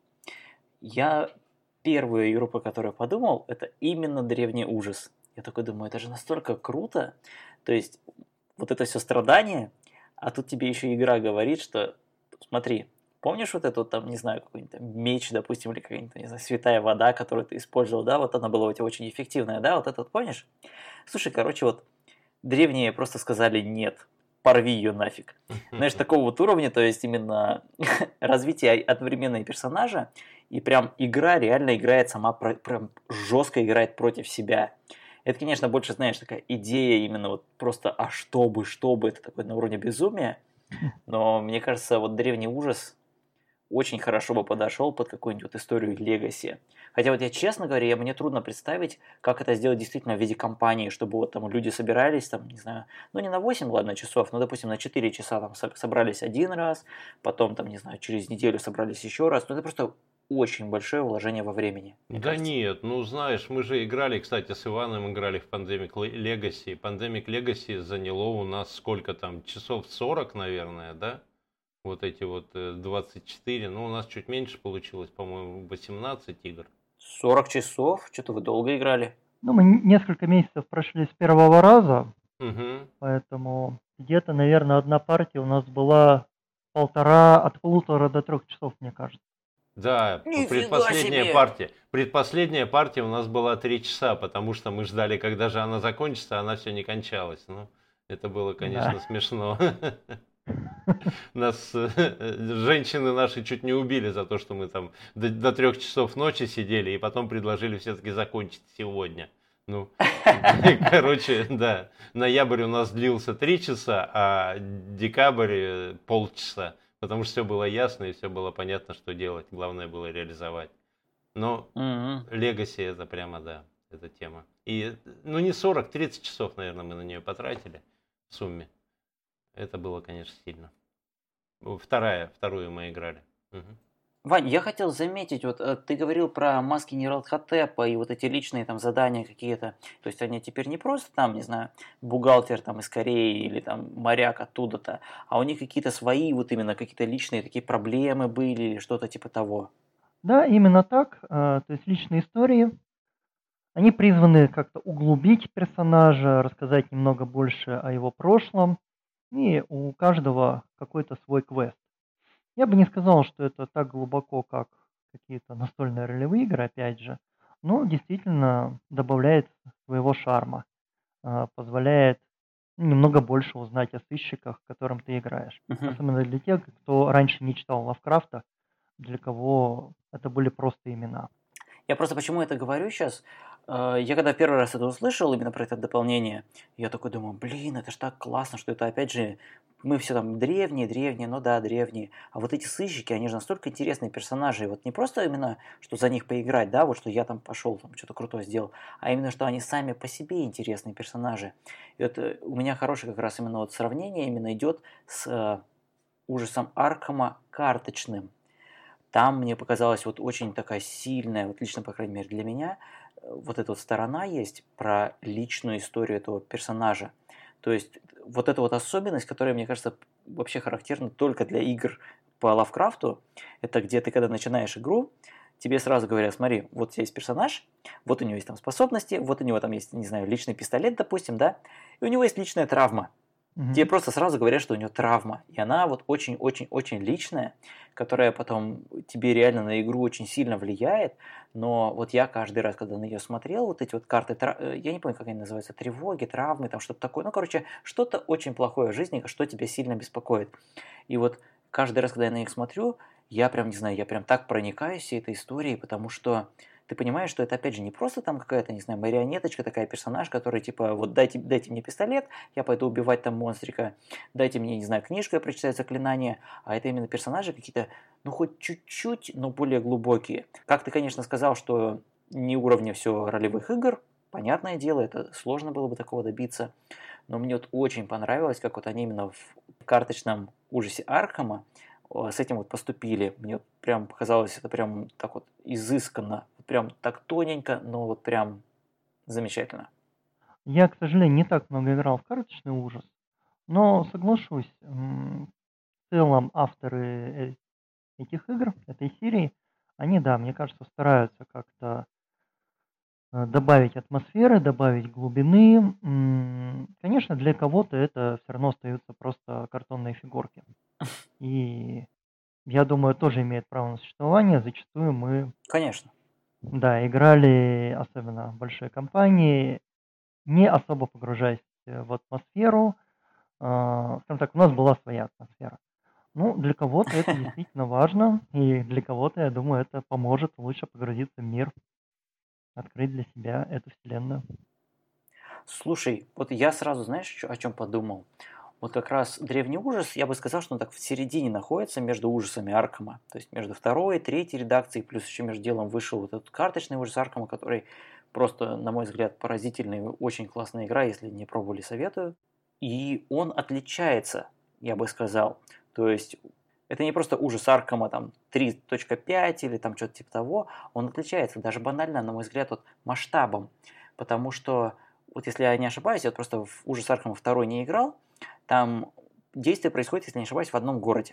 я первую игру, по которой подумал, это именно Древний Ужас. Я такой думаю, это же настолько круто. То есть вот это все страдание, а тут тебе еще игра говорит, что смотри, помнишь вот эту там, не знаю, какой-нибудь там меч, допустим, или какая-нибудь, не знаю, святая вода, которую ты использовал, да, вот она была у тебя очень эффективная, да, вот это вот помнишь? Слушай, короче, вот древние просто сказали нет, порви ее нафиг. Знаешь, такого вот уровня, то есть именно развитие одновременно и персонажа, и прям игра реально играет сама, про- прям жестко играет против себя. Это, конечно, больше, знаешь, такая идея именно вот просто «а что бы, что бы», это такой на уровне безумия, но мне кажется, вот Древний Ужас очень хорошо бы подошел под какую-нибудь вот историю Legacy. Хотя вот я, честно говоря, я- мне трудно представить, как это сделать действительно в виде компании, чтобы вот там люди собирались, там, не знаю, ну не на восемь, ладно, часов, но, допустим, на четыре часа там со- собрались один раз, потом там, не знаю, через неделю собрались еще раз. Ну это просто очень большое вложение во времени, мне
Да
кажется.
нет, ну знаешь, мы же играли, кстати, с Иваном играли в Pandemic Le- Legacy. Pandemic Legacy заняло у нас сколько там, часов сорок, наверное, да? Вот эти вот э, двадцать четыре, ну у нас чуть меньше получилось, по-моему, восемнадцать игр.
сорок часов? Что-то вы долго играли.
Ну, мы н- несколько месяцев прошли с первого раза,
Угу.
поэтому где-то, наверное, одна партия у нас была полтора, от полутора до трех часов, мне кажется.
Да, п-
Нифига
предпоследняя
себе!
партия. Предпоследняя партия у нас была три часа, потому что мы ждали, когда же она закончится, а она все не кончалась. Ну, это было, конечно,
Да.
смешно. Нас э, женщины наши чуть не убили за то, что мы там до, до трех часов ночи сидели и потом предложили все-таки закончить сегодня. Ну, короче, да, ноябрь у нас длился три часа, а декабрь э, полчаса, потому что все было ясно и все было понятно, что делать. Главное было реализовать. Но
Мгм.
Legacy это прямо, да, эта тема. И, ну, не сорок, тридцать часов, наверное, мы на нее потратили в сумме. Это было, конечно, сильно. Вторая, вторую мы играли. Мгм.
Вань, я хотел заметить, вот э, ты говорил про маски Нейралатхотепа и вот эти личные там задания какие-то. То есть они теперь не просто там, не знаю, бухгалтер там из Кореи или там моряк оттуда-то, а у них какие-то свои вот именно какие-то личные такие проблемы были или что-то типа того.
Да, именно так. а, То есть личные истории, они призваны как-то углубить персонажа, рассказать немного больше о его прошлом, и у каждого какой-то свой квест. Я бы не сказал, что это так глубоко, как какие-то настольные ролевые игры, опять же, но действительно добавляет своего шарма, а, позволяет немного больше узнать о сыщиках, в котором ты играешь.
Мгм.
Особенно для тех, кто раньше не читал Лавкрафта, для кого это были просто имена.
Я просто почему это говорю сейчас? Я когда первый раз это услышал, именно про это дополнение, я такой думаю, блин, это ж так классно, что это опять же, мы все там древние, древние, ну да, древние. А вот эти сыщики, они же настолько интересные персонажи. И вот не просто именно, что за них поиграть, да, вот что я там пошел, там что-то крутое сделал, а именно, что они сами по себе интересные персонажи. И вот э, у меня хорошее как раз именно вот сравнение именно идет с э, ужасом Аркхема карточным. Там мне показалась вот очень такая сильная, вот лично, по крайней мере, для меня, э, вот эта вот сторона есть про личную историю этого персонажа. То есть вот эта вот особенность, которая, мне кажется, вообще характерна только для игр по Лавкрафту, это где ты, когда начинаешь игру, тебе сразу говорят: смотри, вот у тебя есть персонаж, вот у него есть там способности, вот у него там есть, не знаю, личный пистолет, допустим, да, и у него есть личная травма. Тебе
Мгм.
просто сразу говорят, что у нее травма, и она вот очень-очень-очень личная, которая потом тебе реально на игру очень сильно влияет. Но вот я каждый раз, когда на нее смотрел, вот эти вот карты, тра- э, я не помню, как они называются, тревоги, травмы, там что-то такое. Ну, короче, что-то очень плохое в жизни, что тебя сильно беспокоит. И вот каждый раз, когда я на них смотрю, я прям, не знаю, я прям так проникаюсь всей этой историей, потому что ты понимаешь, что это, опять же, не просто там какая-то, не знаю, марионеточка такая, персонаж, который типа, вот дайте, дайте мне пистолет, я пойду убивать там монстрика, дайте мне, не знаю, книжку, я прочитаю заклинание, а это именно персонажи какие-то, ну, хоть чуть-чуть, но более глубокие. Как ты, конечно, сказал, что не уровня все ролевых игр, понятное дело, это сложно было бы такого добиться, но мне вот очень понравилось, как вот они именно в карточном ужасе Арkhama о, с этим вот поступили. Мне вот прям показалось это прям так вот изысканно, прям так тоненько, но вот прям замечательно.
Я, к сожалению, не так много играл в карточный ужас, но соглашусь, м, в целом авторы э- этих игр, этой серии, они, да, мне кажется, стараются как-то э, добавить атмосферы, добавить глубины. М, Конечно, для кого-то это все равно остаются просто картонные фигурки. И я думаю, тоже имеет право на существование. Зачастую мы,
Конечно.
да, играли, особенно большие компании, не особо погружаясь э, в атмосферу. А, Скажем так, у нас была своя атмосфера. Ну, для кого-то это действительно важно, и для кого-то, я думаю, это поможет лучше погрузиться в мир, открыть для себя эту вселенную.
Слушай, вот я сразу, знаешь, чё- о чем подумал? Вот как раз древний ужас, я бы сказал, что он так в середине находится между ужасами Аркама. То есть между второй и третьей редакцией, плюс еще между делом вышел вот этот карточный ужас Аркама, который просто, на мой взгляд, поразительный, очень классная игра, если не пробовали, советую. И он отличается, я бы сказал. То есть это не просто ужас Аркама там три точка пять или там что-то типа того, он отличается даже банально, на мой взгляд, вот масштабом. Потому что, вот если я не ошибаюсь, я вот просто в ужас Аркама два не играл, там действие происходит, если не ошибаюсь, в одном городе.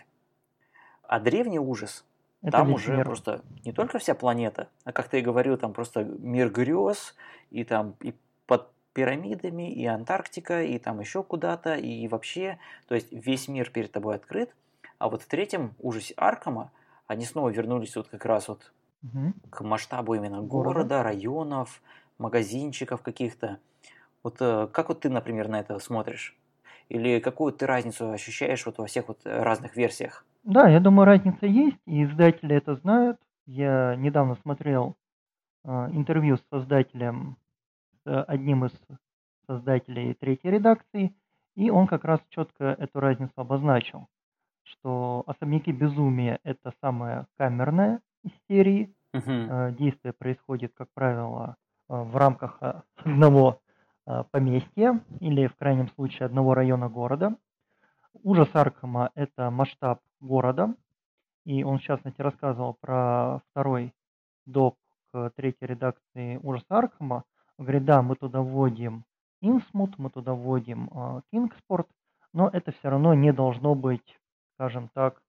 А древний ужас,
Это
там
весь
уже
мир.
просто не только вся планета, а, как ты и говорил, там просто мир грез, и там и под пирамидами, и Антарктика, и там еще куда-то, и вообще, то есть весь мир перед тобой открыт. А вот в третьем ужасе Аркама они снова вернулись вот как раз вот
Мгм.
к масштабу именно
Города.
города, районов, магазинчиков каких-то. Вот э, как вот ты, например, на это смотришь? Или какую ты разницу ощущаешь вот во всех вот э, разных версиях?
Да, я думаю, разница есть, и издатели это знают. Я недавно смотрел а, интервью с создателем, с одним из создателей третьей редакции, и он как раз четко эту разницу обозначил, что особняки безумия это самая камерная из серии.
Мгм.
Э, Действие происходит, как правило, э, в рамках а, одного а, поместья или, в крайнем случае, одного района города. Ужас Аркхема – это масштаб города, и он, в частности, рассказывал про второй доп. К третьей редакции Ужаса Аркхема. Говорит, да, мы туда вводим Инсмут, мы туда вводим а, Кингспорт, но это все равно не должно быть, скажем так,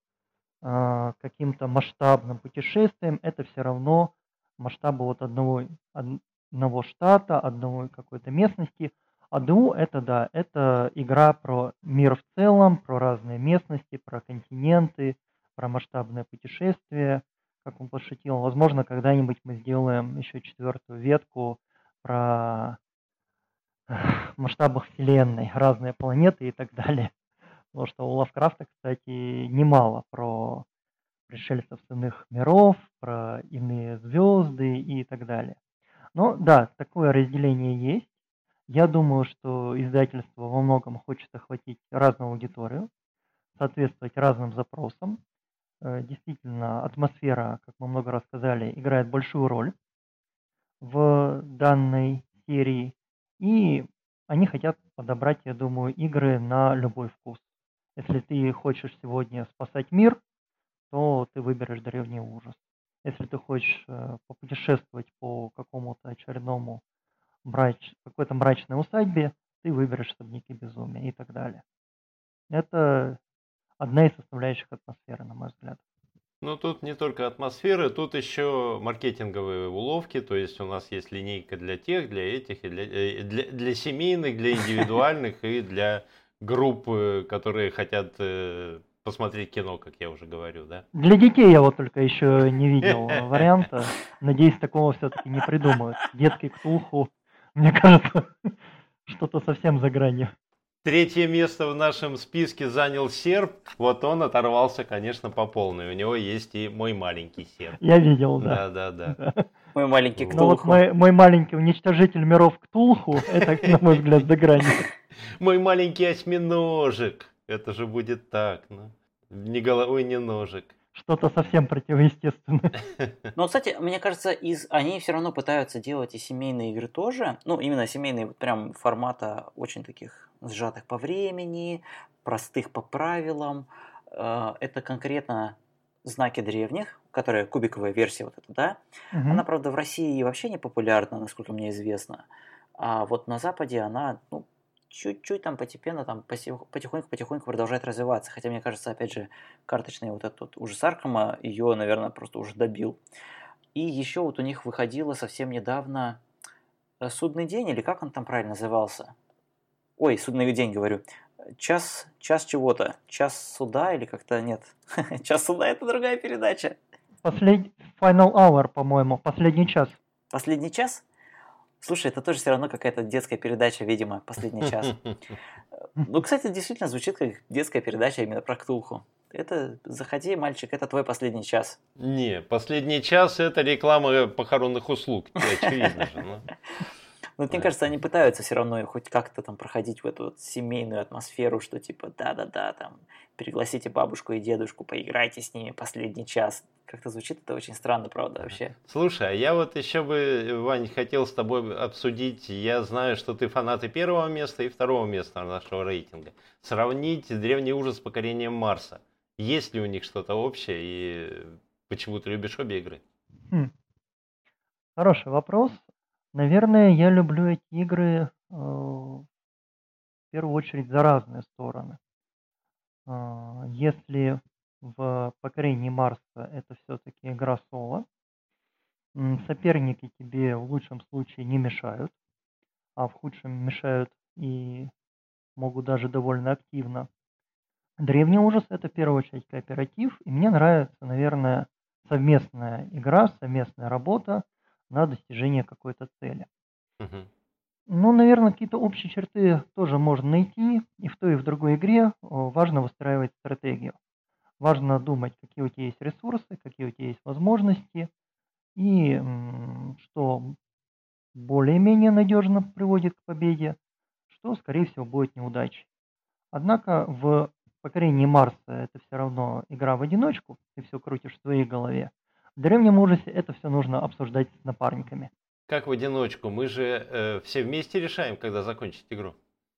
а, каким-то масштабным путешествием. Это все равно масштабы вот одного, одного штата, одной какой-то местности. А ДУ это да, это игра про мир в целом, про разные местности, про континенты, про масштабное путешествие, как он пошутил. Возможно, когда-нибудь мы сделаем еще четвертую ветку про эх, масштабах Вселенной, разные планеты и так далее. Потому что у Лавкрафта, кстати, немало про пришельцев с иных миров, про иные звезды и так далее. Но да, такое разделение есть. Я думаю, что издательство во многом хочет охватить разную аудиторию, соответствовать разным запросам. Э, Действительно, атмосфера, как мы много раз сказали, играет большую роль в данной серии. И они хотят подобрать, я думаю, игры на любой вкус. Если ты хочешь сегодня спасать мир, то ты выберешь древний ужас. Если ты хочешь э, попутешествовать по какому-то очередному мрач... какой-то мрачной усадьбе, ты выберешь особняки безумия и так далее. Это одна из составляющих атмосферы, на мой взгляд.
Ну, тут не только атмосфера, тут еще маркетинговые уловки. То есть у нас есть линейка для тех, для этих, и для, э, для, для семейных, для индивидуальных и для групп, э, которые хотят э, посмотреть кино, как я уже говорю, да?
Для детей я вот только еще не видел э, варианта. Надеюсь, такого все-таки не придумают. Детский Ктулху, мне кажется, что-то совсем за гранью.
Третье место в нашем списке занял серб. Вот он оторвался, конечно, по полной. У него есть и мой маленький серб.
Я видел, да.
Да, да, да.
Да.
Мой маленький
Вот.
Но вот
Ктулху.
мой, мой маленький уничтожитель миров Ктулху, это, на мой взгляд, за гранью.
Мой маленький осьминожек. Это же будет так, ну. Ни головой, ни ножек.
Что-то совсем противоестественное.
Но, кстати, мне кажется, из... они все равно пытаются делать и семейные игры тоже. Ну, именно семейные, вот прям формата очень таких сжатых по времени, простых по правилам. Э, Это конкретно знаки древних, которая кубиковая версия вот эта, да. Она,
Мгм.
правда, в России вообще не популярна, насколько мне известно. А вот на Западе она, ну, чуть-чуть там постепенно, там потихоньку-потихоньку продолжает развиваться. Хотя, мне кажется, опять же, карточный вот этот вот ужас Аркхема ее, наверное, просто уже добил. И еще вот у них выходило совсем недавно э, «Судный день», или как он там правильно назывался? Ой, «Судный день», говорю. Час, час чего-то. Час суда или как-то нет. Час суда – это другая передача.
Послед... Final Hour, по-моему, последний час.
Последний час? Слушай, это тоже все равно какая-то детская передача, видимо, «Последний час». Ну, кстати, действительно звучит как детская передача именно про Ктулху. Это, заходи, мальчик, это твой последний час.
Не, последний час это реклама похоронных услуг. Очевидно же. Ну.
Ну, мне кажется, они пытаются все равно хоть как-то там проходить в эту вот семейную атмосферу, что типа да-да-да, там, пригласите бабушку и дедушку, поиграйте с ними последний час. Как-то звучит это очень странно, правда, вообще.
Слушай, а я вот еще бы, Вань, хотел с тобой обсудить, я знаю, что ты фанат и первого места, и второго места нашего рейтинга. Сравнить «Древний ужас» с «Покорением Марса». Есть ли у них что-то общее, и почему ты любишь обе игры?
Хм. Хороший вопрос. Наверное, я люблю эти игры э, в первую очередь за разные стороны. А, Если в «Покорении Марса» это все-таки игра соло, м, соперники тебе в лучшем случае не мешают, а в худшем мешают и могут даже довольно активно. Древний ужас – это в первую очередь кооператив, и мне нравится, наверное, совместная игра, совместная работа на достижение какой-то цели.
Мгм.
Ну, наверное, какие-то общие черты тоже можно найти, и в той, и в другой игре о, важно выстраивать стратегию. Важно думать, какие у тебя есть ресурсы, какие у тебя есть возможности, и м, что более-менее надежно приводит к победе, что, скорее всего, будет неудачей. Однако в «Покорении Марса» это все равно игра в одиночку, ты все крутишь в своей голове. В «Древнем ужасе» это все нужно обсуждать с напарниками.
Как в одиночку? Мы же э, все вместе решаем, когда закончить игру.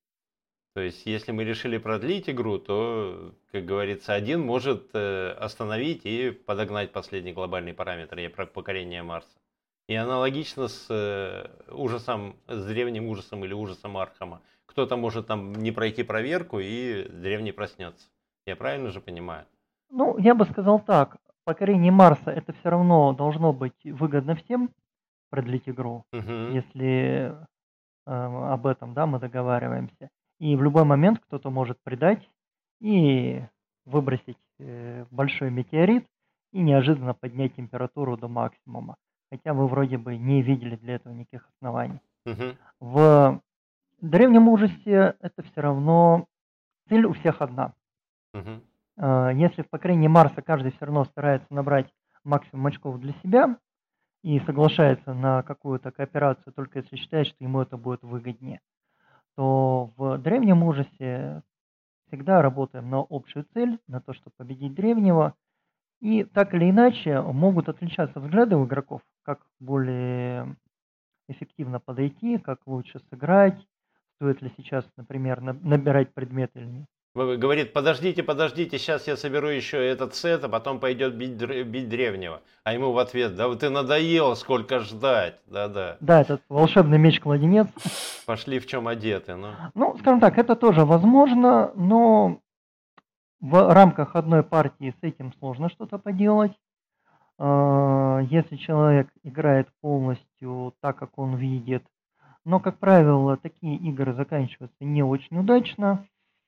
То есть, если мы решили продлить игру, то, как говорится, один может э, остановить и подогнать последний глобальный параметр. Я про покорение Марса. И аналогично с э, ужасом, с древним ужасом или ужасом Архама. Кто-то может там не пройти проверку, и древний проснется. Я правильно же понимаю?
Ну, я бы сказал так, «Покорение Марса» это все равно должно быть выгодно всем продлить игру,
Мгм.
если э, об этом, да, мы договариваемся. И в любой момент кто-то может предать и выбросить э, большой метеорит и неожиданно поднять температуру до максимума. Хотя вы вроде бы не видели для этого никаких оснований.
Мгм.
В древнем ужасе это все равно цель у всех одна.
Мгм.
Э, Если в покорении Марса каждый все равно старается набрать максимум очков для себя и соглашается на какую-то кооперацию, только если считает, что ему это будет выгоднее, то в древнем ужасе всегда работаем на общую цель, на то, чтобы победить древнего. И так или иначе могут отличаться взгляды у игроков, как более эффективно подойти, как лучше сыграть, стоит ли сейчас, например, на- набирать предметы или не-
Говорит, подождите, подождите, сейчас я соберу еще этот сет, а потом пойдет бить, бить древнего. А ему в ответ, да ты надоел, сколько ждать. Да-да.
Да, этот волшебный меч-кладенец.
Пошли в чем одеты. Ну.
Ну, скажем так, это тоже возможно, но в рамках одной партии с этим сложно что-то поделать. Если человек играет полностью так, как он видит, но, как правило, такие игры заканчиваются не очень удачно,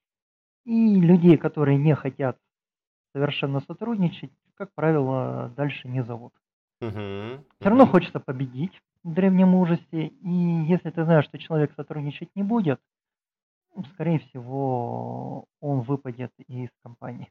и людей, которые не хотят совершенно сотрудничать, как правило, дальше не зовут.
Угу,
Все равно
угу.
хочется победить в древнем ужасе, и если ты знаешь, что человек сотрудничать не будет, ну, скорее всего, он выпадет из компании.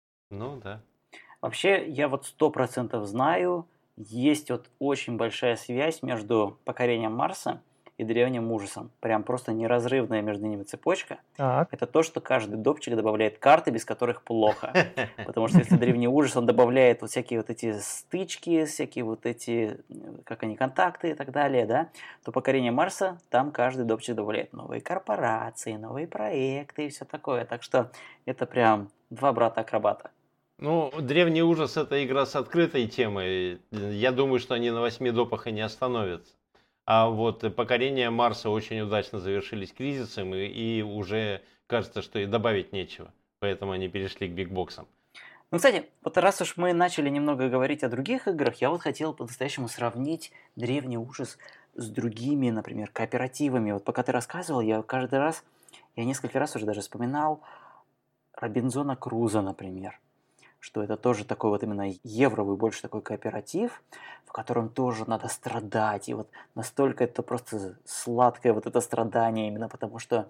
Ну да.
Вообще, я вот сто процентов знаю, есть вот очень большая связь между покорением Марса и древним ужасом. Прям просто неразрывная между ними цепочка.
Так,
Это то, что каждый допчик добавляет карты, без которых плохо. Потому что если древний ужас, он добавляет вот всякие вот эти стычки, всякие вот эти, как они, контакты и так далее, да, то покорение Марса, там каждый допчик добавляет новые корпорации, новые проекты и все такое. Так что это прям два брата-акробата.
Ну, древний ужас — это игра с открытой темой. Я думаю, что они на восьми допах и не остановятся. А вот покорение Марса очень удачно завершились кризисом, и, и уже кажется, что и добавить нечего. Поэтому они перешли к бигбоксам.
Ну, кстати, вот раз уж мы начали немного говорить о других играх, я вот хотел по-настоящему сравнить древний ужас с другими, например, кооперативами. Вот пока ты рассказывал, я каждый раз, я несколько раз уже даже вспоминал Робинзона Круза, например. Что это тоже такой вот именно евровый, больше такой кооператив, в котором тоже надо страдать. И вот настолько это просто сладкое вот это страдание, именно потому что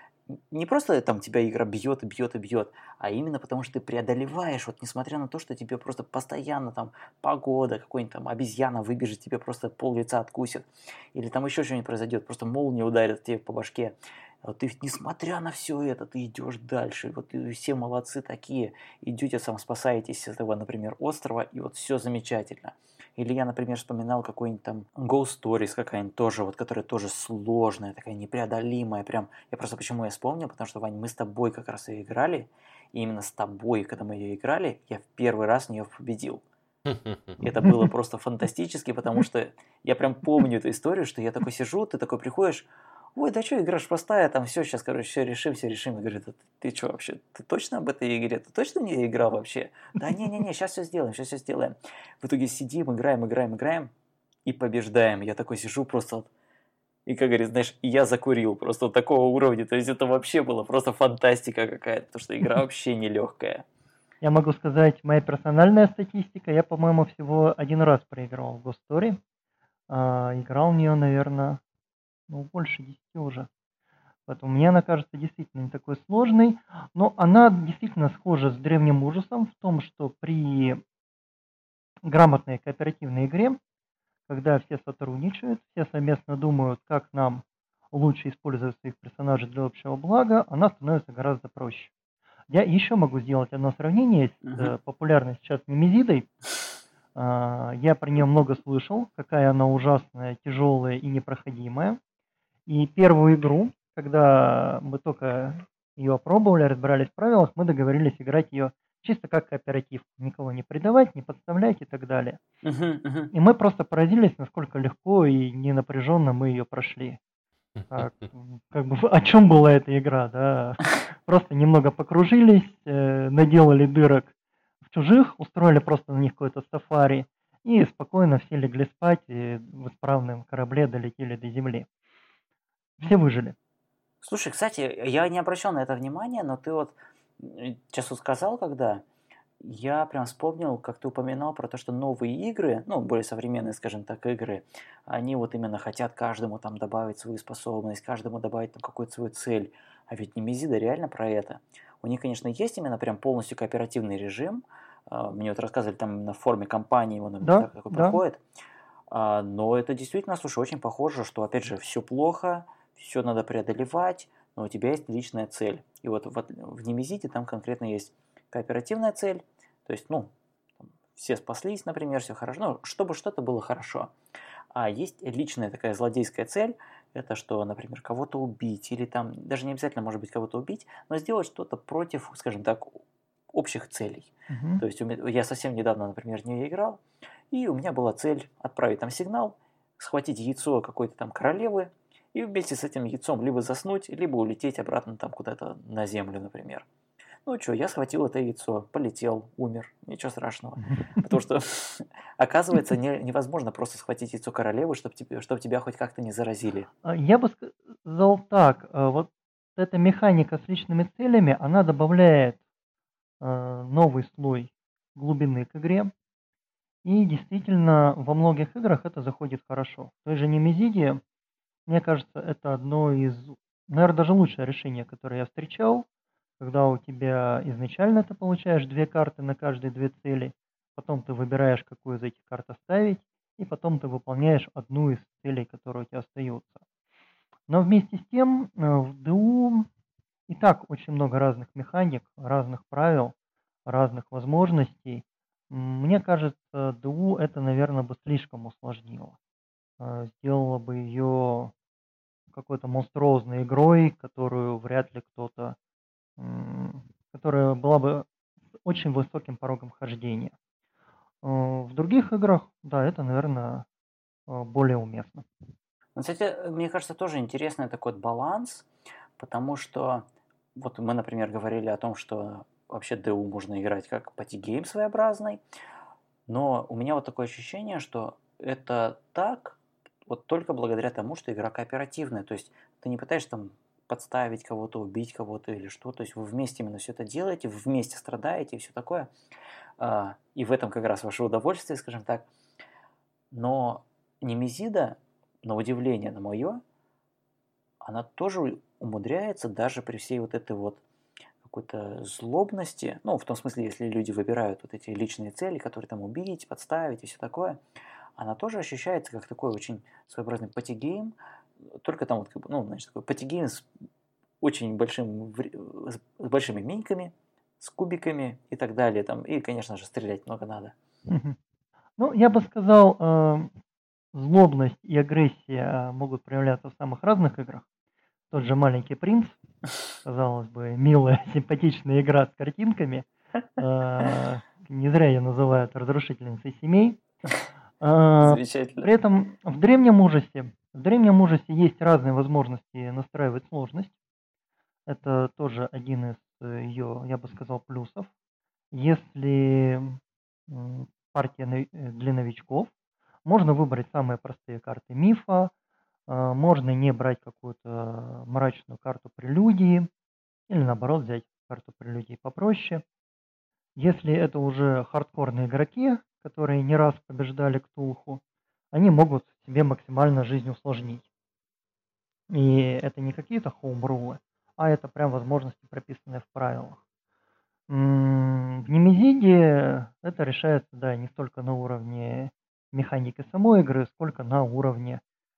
не просто там тебя игра бьет и бьет и бьет, а именно потому что ты преодолеваешь, вот несмотря на то, что тебе просто постоянно там погода, какой-нибудь там обезьяна выбежит, тебе просто пол лица откусит, или там еще что-нибудь произойдет, просто молния ударит тебе по башке. Вот ты, несмотря на все это, ты идешь дальше. Вот все молодцы такие. Идете, сам спасаетесь с этого, например, острова, и вот все замечательно. Или я, например, вспоминал какой-нибудь там Ghost Stories какая-нибудь тоже, вот, которая тоже сложная, такая непреодолимая. Прям, я просто почему я вспомнил, потому что, Вань, мы с тобой как раз ее играли, и именно с тобой, когда мы ее играли, я в первый раз в нее победил. И это было просто фантастически, потому что я прям помню эту историю, что я такой сижу, ты такой приходишь, ой, да что, игра ж простая, там все, сейчас, короче, все решим, все решим. И говорит, ты, ты что вообще, ты точно об этой игре? Ты точно не играл вообще? Да не-не-не, сейчас все сделаем, сейчас все сделаем. В итоге сидим, играем, играем, играем и побеждаем. Я такой сижу просто вот, и, как говорит, знаешь, я закурил просто вот такого уровня. То есть это вообще было просто фантастика какая-то, потому что игра вообще нелегкая.
Я могу сказать, моя персональная статистика, я, по-моему, всего один раз проиграл в Ghost Story. А, играл в нее, наверное, ну, больше десяти уже. Поэтому мне она кажется действительно не такой сложной, но она действительно схожа с древним ужасом в том, что при грамотной кооперативной игре, когда все сотрудничают, все совместно думают, как нам лучше использовать своих персонажей для общего блага, она становится гораздо проще. Я еще могу сделать одно сравнение с
Мгм.
э, популярной сейчас Немезидой. А, Я про нее много слышал, какая она ужасная, тяжелая и непроходимая. И первую игру, когда мы только ее опробовали, разбирались в правилах, мы договорились играть ее чисто как кооператив. Никого не предавать, не подставлять и так далее.
Мгм, мгм.
И мы просто поразились, насколько легко и ненапряженно мы ее прошли. Так, м, как бы о чем была эта игра, да? Просто немного покружились, э, наделали дырок в чужих, устроили просто на них какое-то сафари и спокойно все легли спать и в исправном корабле долетели до земли. Все выжили.
Слушай, кстати, я не обращал на это внимания, но ты вот м, сейчас вот сказал, когда я прям вспомнил, как ты упоминал про то, что новые игры, ну, более современные, скажем так, игры, они вот именно хотят каждому там добавить свою способность, каждому добавить там какую-то свою цель. А ведь Немезида реально про это. У них, конечно, есть именно прям полностью кооперативный режим. А, Мне вот рассказывали, там именно в форме компании он именно
Да,
так- такой
да.
проходит. А, Но это действительно, слушай, очень похоже, что, опять же, все плохо, все надо преодолевать, но у тебя есть личная цель. И вот в, от- в Немезиде там конкретно есть кооперативная цель, то есть, ну, там все спаслись, например, все хорошо, ну, чтобы что-то было хорошо. А есть личная такая злодейская цель, это что, например, кого-то убить, или там даже не обязательно, может быть, кого-то убить, но сделать что-то против, скажем так, общих целей.
Мгм.
То есть у ме- я совсем недавно, например, в нее играл, и у меня была цель отправить там сигнал, схватить яйцо какой-то там королевы, и вместе с этим яйцом либо заснуть, либо улететь обратно там куда-то на землю, например. Ну что, я схватил это яйцо, полетел, умер, ничего страшного. Потому что, оказывается, не- невозможно просто схватить яйцо королевы, чтобы тебя хоть как-то не заразили.
А, Я бы сказал так, э, вот эта механика с личными целями, она добавляет э, новый слой глубины к игре, и действительно во многих играх это заходит хорошо. В той же Немезиде, мне кажется, это одно из, наверное, даже лучшее решение, которое я встречал, когда у тебя изначально ты получаешь две карты на каждые две цели, потом ты выбираешь, какую из этих карт оставить, и потом ты выполняешь одну из целей, которые у тебя остаются. Но вместе с тем э, в ДУ и так очень много разных механик, разных правил, разных возможностей. М, Мне кажется, ДУ это, наверное, бы слишком усложнило. Э, Сделало бы ее какой-то монструозной игрой, которую вряд ли кто-то, м, которая была бы с очень высоким порогом хождения. Э, В других играх, да, это, наверное, более уместно.
Ну, кстати, мне кажется, тоже интересный такой вот баланс, потому что вот мы, например, говорили о том, что вообще ДУ можно играть как пати-гейм своеобразный, но у меня вот такое ощущение, что это так вот только благодаря тому, что игра кооперативная. То есть ты не пытаешься там подставить кого-то, убить кого-то или что. То есть вы вместе именно все это делаете, вы вместе страдаете и все такое. А, И в этом как раз ваше удовольствие, скажем так. Но Немезида, на удивление на мое, она тоже умудряется даже при всей вот этой вот какой-то злобности, ну, в том смысле, если люди выбирают вот эти личные цели, которые там убить, подставить и все такое, она тоже ощущается как такой очень своеобразный патигейм, только там вот, как бы, ну, значит, такой патигейм с очень большим, вре- с с большими миньками, с кубиками и так далее, там, и, конечно же, стрелять много надо.
Мгм. Ну, я бы сказал, э, злобность и агрессия могут проявляться в самых разных играх. Тот же «Маленький принц», казалось бы, милая, симпатичная игра с картинками. Э, Не зря ее называют разрушительницей семей. Э,
Замечательно.
При этом в древнем ужасе, в древнем ужасе есть разные возможности настраивать сложность. Это тоже один из ее, я бы сказал, плюсов. Если м, партия нови- э, для новичков, можно выбрать самые простые карты мифа, а, можно не брать какую-то мрачную карту прелюдии, или наоборот взять карту прелюдии попроще. Если это уже хардкорные игроки, которые не раз побеждали Ктулху, они могут себе максимально жизнь усложнить. И это не какие-то хоум-рулы, а это прям возможности, прописанные в правилах. М, В Немезиде это решается, да, не столько на уровне механики самой игры, сколько на уровне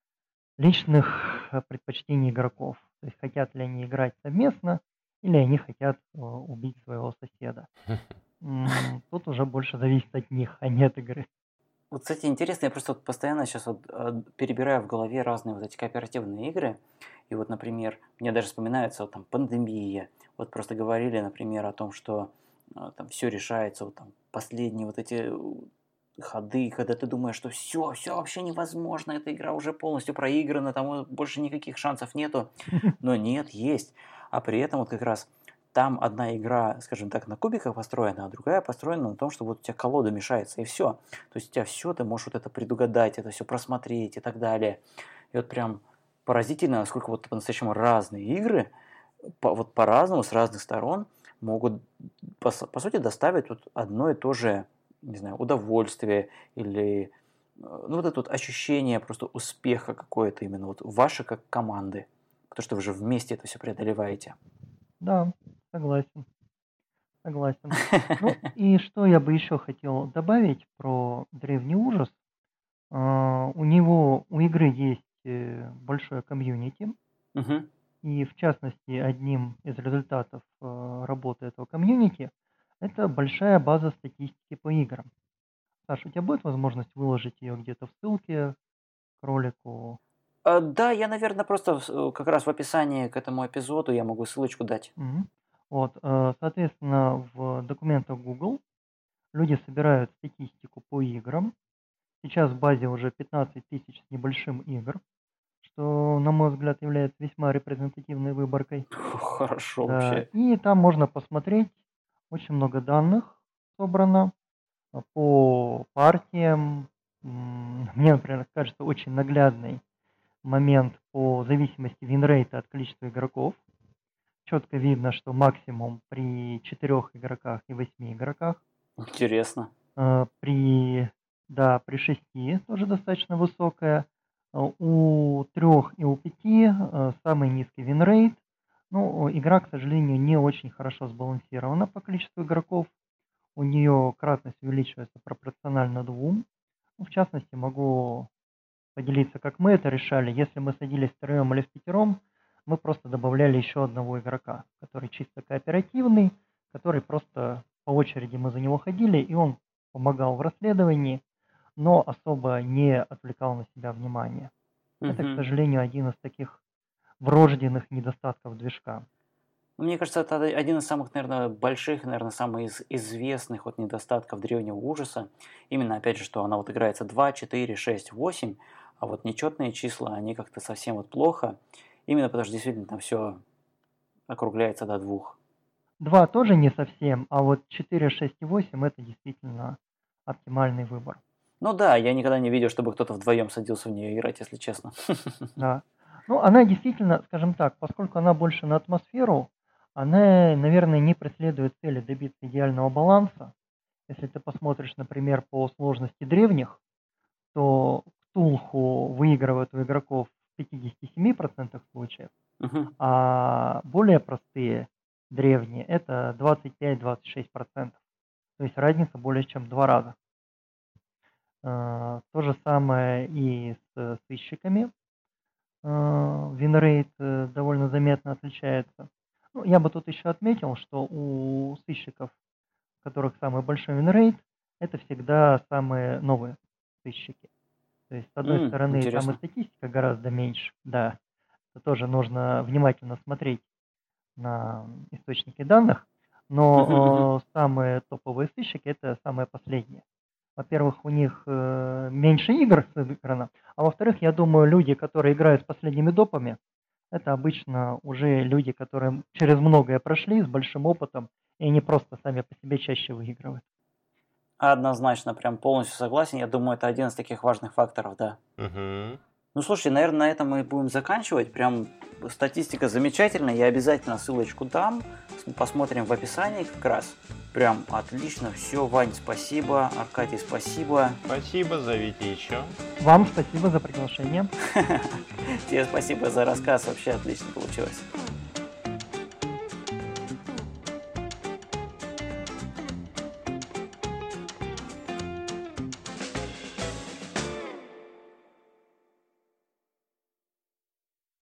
личных э, предпочтений игроков. То есть хотят ли они играть совместно, или они хотят э, убить своего соседа. М, Тут уже больше зависит от них, а не от игры.
Вот, кстати, интересно, я просто вот постоянно сейчас вот э, перебираю в голове разные вот эти кооперативные игры. И вот, например, мне даже вспоминается вот там пандемия. Вот просто говорили, например, о том, что э, там все решается, вот там последние вот эти э, ходы, когда ты думаешь, что все, все вообще невозможно, эта игра уже полностью проиграна, там больше никаких шансов нету. Но нет, есть. А при этом вот как раз там одна игра, скажем так, на кубиках построена, а другая построена на том, что вот у тебя колода мешается, и все. То есть у тебя все, ты можешь вот это предугадать, это все просмотреть и так далее. И вот прям поразительно, насколько вот по-настоящему разные игры, по, вот по-разному, с разных сторон, могут, по, с- по сути, доставить вот одно и то же, не знаю, удовольствие или э, ну, вот это вот ощущение просто успеха какое-то именно вот ваше как команды. Потому что вы же вместе это все преодолеваете.
Да, согласен, согласен. Ну и что я бы еще хотел добавить про древний ужас. А, У него, у игры есть э, большое комьюнити,
Мгм.
и в частности одним из результатов э, работы этого комьюнити это большая база статистики по играм. Саша, у тебя будет возможность выложить ее где-то в ссылке к ролику?
А, да, я, наверное, просто в- э, как раз в описании к этому эпизоду я могу ссылочку дать.
Мгм. Вот, э, соответственно, в документах Google люди собирают статистику по играм. Сейчас в базе уже пятнадцать тысяч с небольшим игр, что, на мой взгляд, является весьма репрезентативной выборкой.
Хорошо
Да,
вообще.
и там можно посмотреть, очень много данных собрано а, по партиям. М, Мне, например, кажется очень наглядный момент по зависимости винрейта от количества игроков. Четко видно, что максимум при четырех игроках и восьми игроках.
Интересно.
Э, При, да, при шести тоже достаточно высокая. Э, У трех и у пяти э, самый низкий винрейт. Ну, игра, к сожалению, не очень хорошо сбалансирована по количеству игроков. У нее кратность увеличивается пропорционально двум. Ну, в частности, могу поделиться, как мы это решали. Если мы садились втроем или в пятером, мы просто добавляли еще одного игрока, который чисто кооперативный, который просто по очереди мы за него ходили, и он помогал в расследовании, но особо не отвлекал на себя внимание. Это, к
Мгм.
сожалению, один из таких врожденных недостатков движка.
Ну, мне кажется, это один из самых, наверное, больших, наверное, самых из- известных вот недостатков древнего ужаса. Именно, опять же, что она вот играется два, четыре, шесть, восемь, а вот нечетные числа, они как-то совсем вот плохо. Именно потому что действительно там все округляется до двух.
Два тоже не совсем, а вот четыре, шесть и восемь это действительно оптимальный выбор.
Ну да, я никогда не видел, чтобы кто-то вдвоем садился в нее играть, если честно.
Да. Ну, она действительно, скажем так, поскольку она больше на атмосферу, она, наверное, не преследует цели добиться идеального баланса. Если ты посмотришь, например, по сложности древних, то Ктулху выигрывает у игроков в пятидесяти семи процентах случаев,
Мгм.
а более простые древние это двадцать пять - двадцать шесть процентов. То есть разница более чем в два раза. Э, То же самое и с сыщиками. Винрейт э, довольно заметно отличается. Ну, я бы тут еще отметил, что у сыщиков, у которых самый большой винрейт, это всегда самые новые сыщики. То есть, с одной
М,
стороны, там и
интересно.
статистика гораздо меньше, да, это тоже нужно внимательно смотреть на источники данных,
Мгм, мгм.
но э, самые топовые сыщики это самые последние. Во-первых, у них э, меньше игр сыграно, а во-вторых, я думаю, люди, которые играют с последними допами, это обычно уже люди, которые через многое прошли, с большим опытом, и они просто сами по себе чаще выигрывают.
Однозначно, прям полностью согласен. Я думаю, это один из таких важных факторов, да.
Мгм.
Ну, слушай, наверное, на этом мы будем заканчивать. Прям статистика замечательная. Я обязательно ссылочку дам. С- Посмотрим в описании как раз. Прям отлично. Все, Вань, спасибо. Аркадий, спасибо.
Спасибо, зовите еще.
Вам спасибо за приглашение.
Тебе спасибо за рассказ. Вообще отлично получилось.